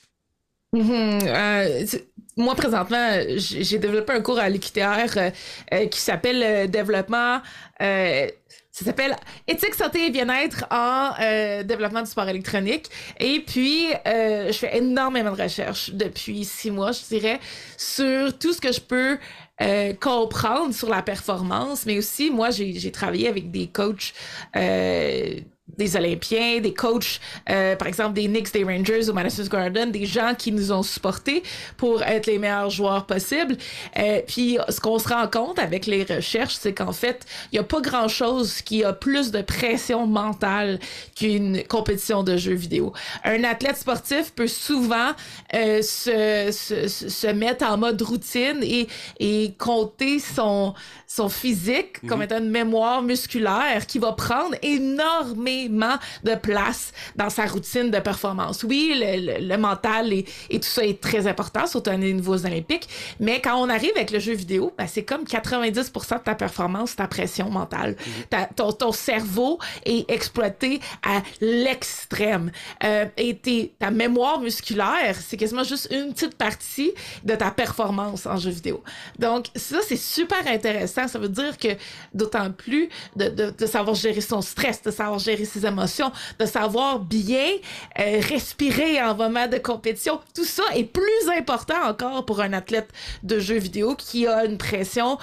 Mm-hmm. Euh, moi, présentement, j'ai développé un cours à l'U Q T R euh, euh, qui s'appelle euh, Développement... Euh, Ça s'appelle Éthique, santé et bien-être en euh, développement du sport électronique. Et puis, euh, je fais énormément de recherches depuis six mois, je dirais, sur tout ce que je peux euh, comprendre sur la performance. Mais aussi, moi, j'ai, j'ai travaillé avec des coachs... Euh, des Olympiens, des coachs, euh, par exemple des Knicks, des Rangers au Madison Square Garden, des gens qui nous ont supportés pour être les meilleurs joueurs possibles. Euh, puis ce qu'on se rend compte avec les recherches, c'est qu'en fait, il n'y a pas grand-chose qui a plus de pression mentale qu'une compétition de jeux vidéo. Un athlète sportif peut souvent euh, se, se, se mettre en mode routine et, et compter son, son physique mmh. comme étant une mémoire musculaire qui va prendre énormément de place dans sa routine de performance. Oui, le, le, le mental et, et tout ça est très important, surtout à des niveaux olympiques, mais quand on arrive avec le jeu vidéo, ben c'est comme quatre-vingt-dix pour cent de ta performance, ta pression mentale. Mm-hmm. Ta, ton, ton cerveau est exploité à l'extrême. Euh, et tes, ta mémoire musculaire, c'est quasiment juste une petite partie de ta performance en jeu vidéo. Donc, ça, c'est super intéressant. Ça veut dire que, d'autant plus, de, de, de savoir gérer son stress, de savoir gérer ses émotions, de savoir bien euh, respirer en moment de compétition. Tout ça est plus important encore pour un athlète de jeux vidéo qui a une pression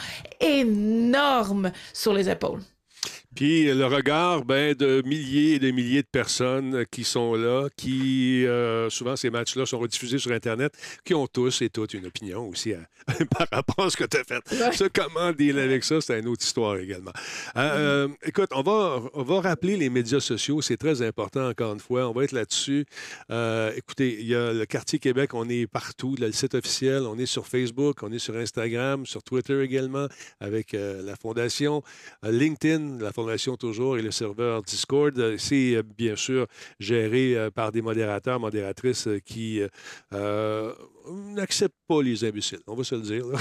énorme sur les épaules. Puis le regard ben, de milliers et de milliers de personnes qui sont là, qui, euh, souvent ces matchs-là sont rediffusés sur Internet, qui ont tous et toutes une opinion aussi à, par rapport à ce que tu as fait. Ouais. Ça, comment dealer avec ça, c'est une autre histoire également. Euh, mm-hmm. euh, écoute, on va, on va rappeler les médias sociaux, c'est très important encore une fois, on va être là-dessus. Euh, écoutez, il y a le Quartier Québec, on est partout, là, le site officiel, on est sur Facebook, on est sur Instagram, sur Twitter également, avec euh, la Fondation, euh, LinkedIn, la Fondation toujours, et le serveur Discord. C'est euh, bien sûr géré euh, par des modérateurs, modératrices euh, qui euh, n'acceptent pas les imbéciles. On va se le dire.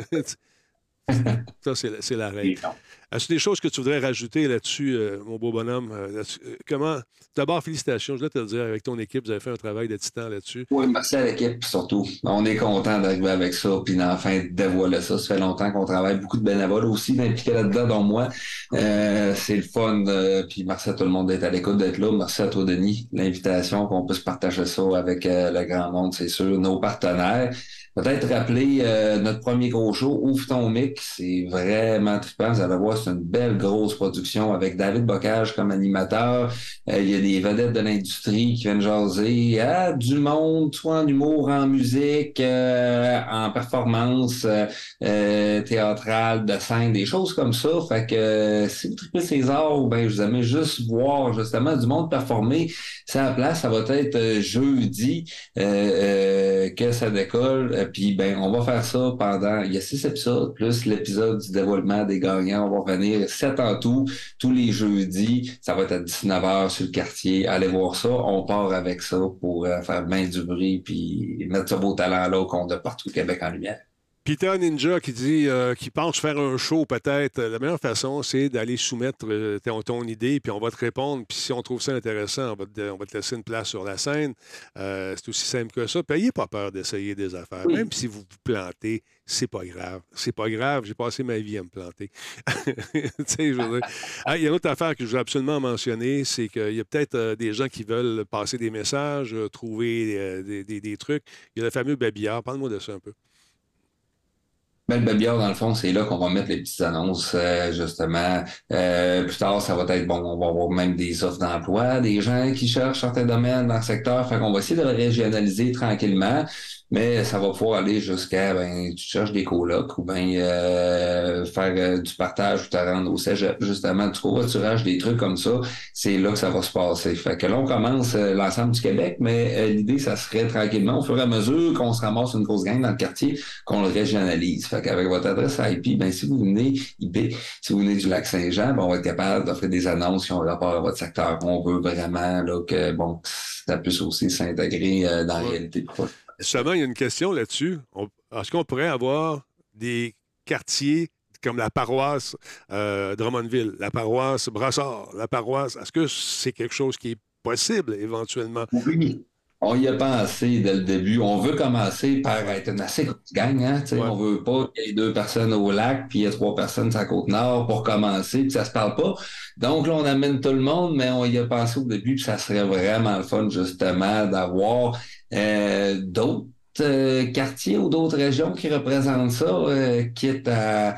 Ça, c'est la, c'est la règle. Est-ce des choses que tu voudrais rajouter là-dessus, euh, mon beau bonhomme? Euh, comment... D'abord, félicitations, je dois te le dire, avec ton équipe, vous avez fait un travail de titan là-dessus. Oui, merci à l'équipe, surtout. On est content d'arriver avec ça, puis d'enfin dévoiler ça. Ça fait longtemps qu'on travaille, beaucoup de bénévoles aussi d'impliquer là-dedans, dont moi. Euh, c'est le fun, euh, puis merci à tout le monde d'être à l'écoute, d'être là. Merci à toi, Denis, l'invitation, qu'on puisse partager ça avec euh, le grand monde, c'est sûr, nos partenaires. Peut-être rappeler euh, notre premier gros show, Ouvre ton mic, c'est vraiment trippant. Vous allez voir, c'est une belle grosse production avec David Bocage comme animateur. Euh, il y a des vedettes de l'industrie qui viennent jaser à du monde, soit en humour, en musique, euh, en performance euh, théâtrale, de scène, des choses comme ça. Fait que euh, si vous trippez ces arts, ben, je vous aimez juste voir justement du monde performer. C'est à la place, ça va être euh, jeudi euh, euh, que ça décolle. Puis, ben, on va faire ça pendant... Il y a six épisodes, plus l'épisode du dévoilement des gagnants. On va revenir sept en tout, tous les jeudis. Ça va être à dix-neuf heures sur le quartier. Allez voir ça. On part avec ça pour euh, faire bien du bruit puis mettre ce beau talent-là qu'on a partout au Québec en lumière. Peter Ninja qui dit euh, qui pense faire un show peut-être. La meilleure façon, c'est d'aller soumettre euh, ton, ton idée, puis on va te répondre. Puis si on trouve ça intéressant, on va te, on va te laisser une place sur la scène. Euh, c'est aussi simple que ça. Puis n'ayez pas peur d'essayer des affaires. Oui. Même si vous vous plantez, c'est pas grave. C'est pas grave. J'ai passé ma vie à me planter. Tu sais, je veux dire. Ah, il y a une autre affaire que je veux absolument mentionner, c'est qu'il y a peut-être euh, des gens qui veulent passer des messages, euh, trouver euh, des, des, des trucs. Il y a le fameux babillard. Parle-moi de ça un peu. Ben, le babillard, dans le fond, c'est là qu'on va mettre les petites annonces, euh, justement. Euh, plus tard, ça va être, bon, on va avoir même des offres d'emploi, des gens qui cherchent certains domaines dans le secteur. Fait qu'on va essayer de le régionaliser tranquillement, mais ça va pouvoir aller jusqu'à, ben, tu cherches des colocs ou ben euh, faire euh, du partage ou te rendre au cégep, justement, du covoiturage, des trucs comme ça. C'est là que ça va se passer. Fait que là, on commence euh, l'ensemble du Québec, mais euh, l'idée, ça serait tranquillement, au fur et à mesure qu'on se ramasse une grosse gang dans le quartier, qu'on le régionalise. Fait qu'avec votre adresse I P, ben, si vous venez I P, si vous venez du Lac-Saint-Jean, ben, on va être capable d'offrir des annonces qui ont rapport à votre secteur. On veut vraiment là, que bon, ça puisse aussi s'intégrer euh, dans la Ouais. réalité. Seulement, il y a une question là-dessus. On- Est-ce qu'on pourrait avoir des quartiers comme la paroisse euh, Drummondville, la paroisse Brassard, la paroisse... Est-ce que c'est quelque chose qui est possible éventuellement? Oui. On y a pensé dès le début. On veut commencer par être une assez grosse gang. Hein? Tu sais, Ouais. On veut pas qu'il y ait deux personnes au lac, puis il y a trois personnes sur la Côte-Nord pour commencer, puis ça se parle pas. Donc là, on amène tout le monde, mais on y a pensé au début, puis ça serait vraiment le fun, justement, d'avoir euh, d'autres euh, quartiers ou d'autres régions qui représentent ça, euh, quitte à,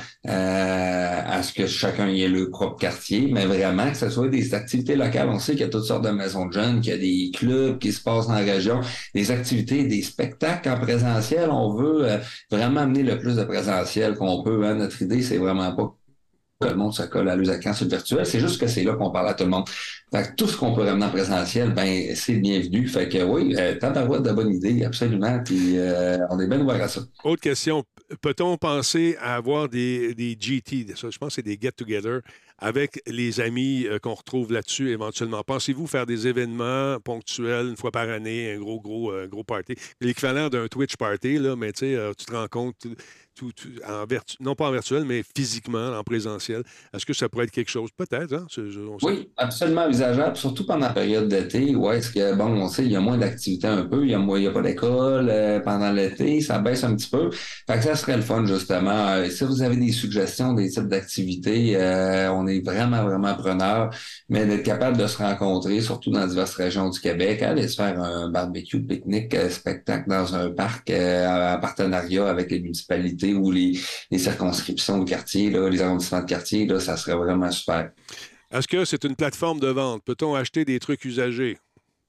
à, à ce que chacun y ait le propre quartier, mais vraiment que ce soit des activités locales. On sait qu'il y a toutes sortes de maisons de jeunes, qu'il y a des clubs qui se passent dans la région, des activités, des spectacles en présentiel. On veut euh, vraiment amener le plus de présentiel qu'on peut. Hein. Notre idée, c'est vraiment pas que le monde se colle à l'usacan sur le virtuel. C'est juste que c'est là qu'on parle à tout le monde. Fait que tout ce qu'on peut ramener en présentiel, ben c'est bienvenu. Fait que oui, euh, tabarouette de bonne idée, absolument. Puis euh, on est bien ouvert à ça. Autre question. Peut-on penser à avoir des, des G T, ça, je pense que c'est des get-together, avec les amis euh, qu'on retrouve là-dessus éventuellement? Pensez-vous faire des événements ponctuels une fois par année, un gros, gros, euh, gros party? L'équivalent d'un Twitch party, là, mais tu sais, euh, tu te rends compte, tout, tout, tout- en vertu, non pas en virtuel, mais physiquement, en présentiel. Est-ce que ça pourrait être quelque chose? Peut-être, hein? C'est- je- on sait. Oui, absolument envisageable, surtout pendant la période d'été, où est-ce que, bon, on sait, il y a moins d'activités un peu, il y a, moins- il y a pas d'école euh, pendant l'été, ça baisse un petit peu. Fait que ça serait le fun, justement. Euh, si vous avez des suggestions, des types d'activités, euh, on est vraiment, vraiment preneurs, mais d'être capable de se rencontrer, surtout dans diverses régions du Québec, aller se faire un barbecue, pique-nique, euh, spectacle dans un parc euh, en partenariat avec les municipalités ou les, les circonscriptions de quartier, là, les arrondissements de quartier, là, ça serait vraiment super. Est-ce que c'est une plateforme de vente? Peut-on acheter des trucs usagés?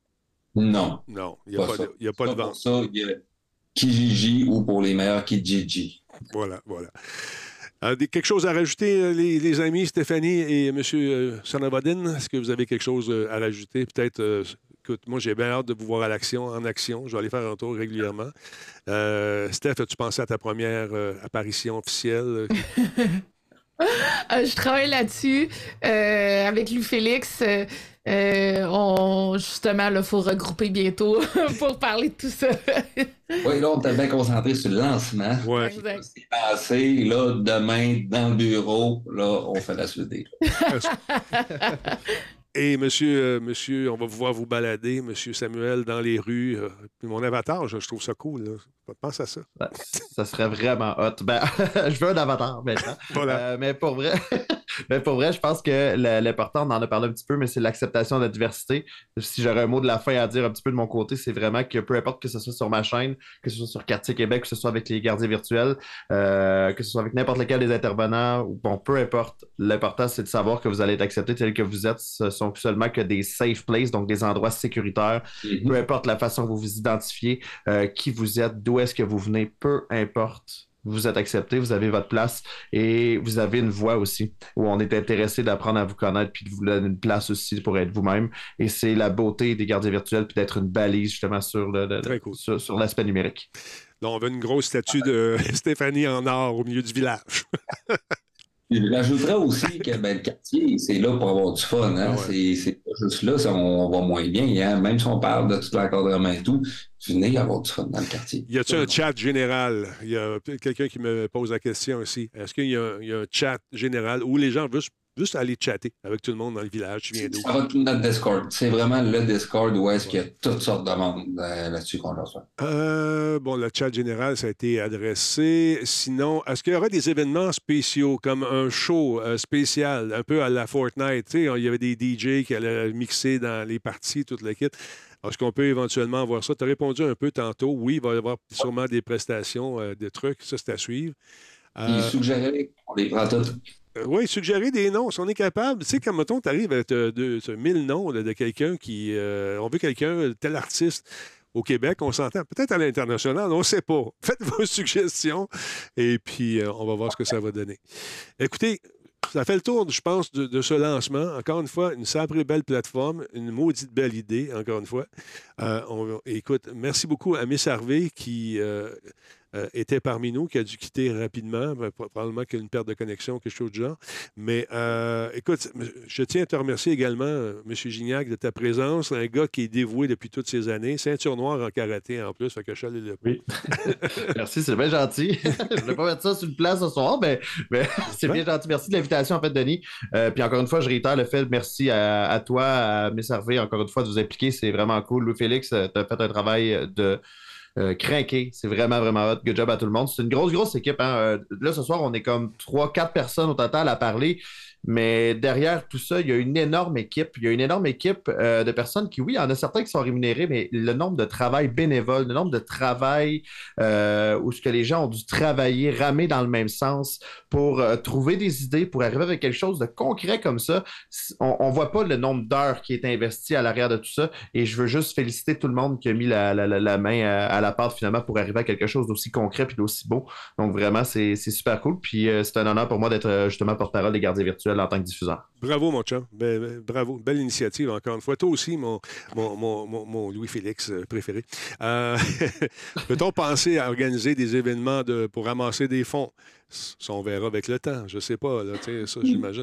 Non. Non, il n'y a, Pas pas ça. de- il y a pas de Ça, pour vente. ça, il y a Kijiji ou pour les meilleurs Kijiji. Voilà, voilà. Euh, des- quelque chose à rajouter, euh, les, les amis Stéphanie et M. Euh, Sanavodin? Est-ce que vous avez quelque chose euh, à rajouter? Peut-être, euh, écoute, moi j'ai bien hâte de vous voir à l'action, en action. Je vais aller faire un tour régulièrement. Euh, Steph, as-tu pensé à ta première euh, apparition officielle? Euh, je travaille là-dessus euh, avec Lou Félix. Euh, euh, on, justement, il faut regrouper bientôt pour parler de tout ça. Oui, là, on était bien concentré sur le lancement. Ouais. Exact. C'est passé, là, demain, dans le bureau, là, on fait la suite des Et monsieur, euh, monsieur, on va vous voir vous balader, monsieur Samuel, dans les rues. euh, puis mon avatar, je, je trouve ça cool. Là. Pense à ça. Ben, ça serait vraiment hot. Ben, je veux un avatar maintenant. Voilà. Euh, mais pour vrai, mais pour vrai, je pense que le- l'important, on en a parlé un petit peu, mais c'est l'acceptation de la diversité. Si j'aurais un mot de la fin à dire un petit peu de mon côté, c'est vraiment que peu importe que ce soit sur ma chaîne, que ce soit sur Quartier Québec, que ce soit avec les gardiens virtuels, euh, que ce soit avec n'importe lequel des intervenants, ou bon, peu importe, l'important, c'est de savoir que vous allez être accepté tel que vous êtes. Ce sont seulement que des safe places, donc des endroits sécuritaires. Peu importe la façon que vous vous identifiez, euh, qui vous êtes, d'où est-ce que vous venez, peu importe. Vous êtes accepté, vous avez votre place et vous avez une voix aussi où on est intéressé d'apprendre à vous connaître puis de vous donner une place aussi pour être vous-même. Et c'est la beauté des gardiens virtuels puis d'être une balise justement sur, le, le- Très cool. sur, sur l'aspect numérique. Là, on veut une grosse statue de Stéphanie en or au milieu du village. J'ajouterais aussi que ben, le quartier, c'est là pour avoir du fun. Hein? Ah ouais. C'est, c'est pas juste là, ça, on va moins bien. Hein? Même si on parle de tout l'encadrement et tout, venez avoir du fun dans le quartier. Y a-t-il un chat général? Il y a quelqu'un qui me pose la question aussi. Est-ce qu'il y a, il y a un chat général où les gens veulent juste aller chatter avec tout le monde dans le village? Tu viens d'où? Ça va tout notre Discord. C'est vraiment le Discord où est-ce qu'il y a toutes sortes de monde euh, là-dessus qu'on reçoit. Euh, bon, le chat général, ça a été adressé. Sinon, est-ce qu'il y aura des événements spéciaux comme un show euh, spécial, un peu à la Fortnite? Tu sais, il y avait des D J qui allaient mixer dans les parties, toute la kit. Est-ce qu'on peut éventuellement voir ça? Tu as répondu un peu tantôt. Oui, il va y avoir sûrement des prestations, euh, des trucs. Ça, c'est à suivre. Puis Euh, suggérer, on les prend tous. Euh, oui, suggérer des noms, si on est capable. Tu sais, comme mettons, tu arrives avec euh, deux- ce mille noms là, de quelqu'un qui. euh, on veut quelqu'un, tel artiste au Québec, on s'entend. Peut-être à l'international, on ne sait pas. Faites vos suggestions et puis euh, on va voir ce que ça va donner. Écoutez, ça fait le tour, je pense, de, de ce lancement. Encore une fois, une sacrée belle plateforme, une maudite belle idée, encore une fois. Euh, on- écoute, merci beaucoup à Miss Harvey qui. euh, euh, était parmi nous, qui a dû quitter rapidement, ben, probablement qu'il y a une perte de connexion, quelque chose du genre. Mais euh, écoute, je tiens à te remercier également, euh, M. Gignac, de ta présence. Un gars qui est dévoué depuis toutes ces années, ceinture noire en karaté en plus, fait que je salue le Oui. Merci, c'est bien gentil. Je ne voulais pas mettre ça sur le plan ce soir, mais, mais c'est bien gentil. Merci de l'invitation, en fait, Denis. Euh, puis encore une fois, je réitère le fait, merci à, à toi, à Miss Harvey, encore une fois, de vous impliquer. C'est vraiment cool. Louis-Félix, tu as fait un travail de Euh, craqué. C'est vraiment, vraiment hot. Good job à tout le monde. C'est une grosse, grosse équipe. Hein. Euh, là, ce soir, on est comme trois, quatre personnes au total à parler. Mais derrière tout ça, il y a une énorme équipe. Il y a une énorme équipe euh, de personnes qui, oui, il y en a certains qui sont rémunérés, mais le nombre de travail bénévole, le nombre de travail euh, où ce que les gens ont dû travailler, ramer dans le même sens pour euh, trouver des idées, pour arriver avec quelque chose de concret comme ça. On ne voit pas le nombre d'heures qui est investi à l'arrière de tout ça. Et je veux juste féliciter tout le monde qui a mis la, la, la, la main à, à la pâte finalement pour arriver à quelque chose d'aussi concret et d'aussi beau. Donc vraiment, c'est c'est super cool. Puis euh, c'est un honneur pour moi d'être euh, justement porte-parole des gardiens virtuels en tant que diffuseur. Bravo, mon chum. Ben, ben, bravo. Belle initiative, encore une fois. Toi aussi, mon, mon, mon, mon, mon Louis-Félix euh, préféré. Euh, peut-on penser à organiser des événements de, pour ramasser des fonds? Ça, on verra avec le temps. Je ne sais pas, là, tu sais, ça, j'imagine.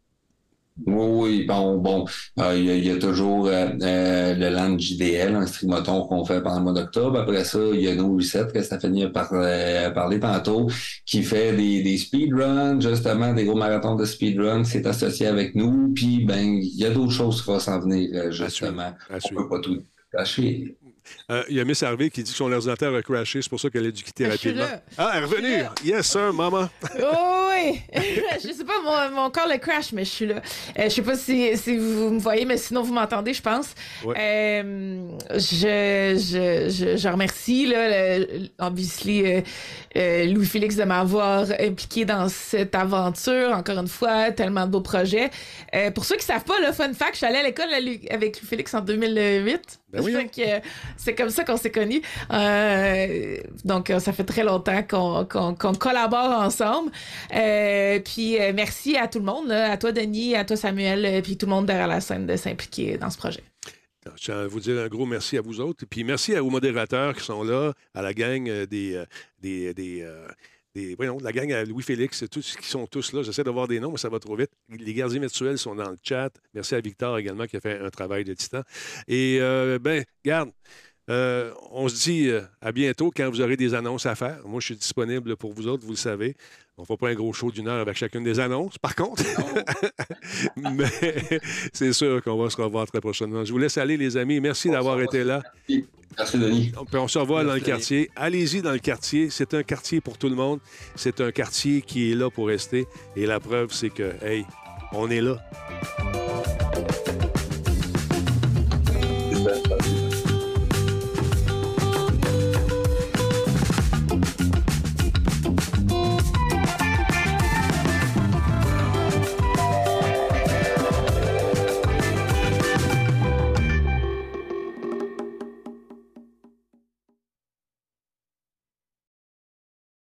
Oui, oui, bon, bon, euh, il y, a- il y a toujours euh, euh, le land J D L, un streamoton qu'on fait pendant le mois d'octobre. Après ça, il y a No Reset, que Stéphanie a par, euh, parlé tantôt, qui fait des, des speedruns, justement, des gros marathons de speedrun, c'est associé avec nous. Puis, ben, il y a d'autres choses qui vont s'en venir, euh, justement. À On suivre. peut pas tout cacher. Euh, Il y a Miss Harvey qui dit que son ordinateur a crashé, c'est pour ça qu'elle a dû quitter Ah, je suis rapidement. là. Ah, elle est revenue! Je suis là. Yes, sir, maman! Oh oui! Je sais pas mon, mon corps le crash, mais je suis là. Euh, je sais pas si, si vous me voyez, mais sinon vous m'entendez, je pense. Ouais. Euh, je, je, je, je remercie là, le, obviously, euh, euh, Louis-Félix de m'avoir impliqué dans cette aventure. Encore une fois, tellement de beaux projets. Euh, pour ceux qui savent pas, le fun fact, je suis allée à l'école avec Louis-Félix en deux mille huit. Ben oui, Fait hein. que, euh, c'est comme ça qu'on s'est connus. Euh, donc, euh, ça fait très longtemps qu'on qu'on- qu'on collabore ensemble. Euh, puis, euh, merci à tout le monde, là, à toi, Denis, à toi, Samuel, euh, puis tout le monde derrière la scène de s'impliquer dans ce projet. Je tiens à vous dire un gros merci à vous autres. Puis merci aux modérateurs qui sont là, à la gang euh, des. euh, des, des euh, des- voyons, la gang à Louis-Félix, tous qui sont tous là. J'essaie d'avoir des noms, mais ça va trop vite. Les gardiens virtuels sont dans le chat. Merci à Victor également qui a fait un travail de titan. Et, euh, ben, garde, euh, on se dit euh, à bientôt quand vous aurez des annonces à faire. Moi, je suis disponible pour vous autres, vous le savez. On ne fera pas un gros show d'une heure avec chacune des annonces, par contre. Mais c'est sûr qu'on va se revoir très prochainement. Je vous laisse aller, les amis. Merci d'avoir été là. Merci, Denis. Puis on se revoit dans le Merci. quartier. Allez-y dans le quartier. C'est un quartier pour tout le monde. C'est un quartier qui est là pour rester. Et la preuve, c'est que, hey, on est là.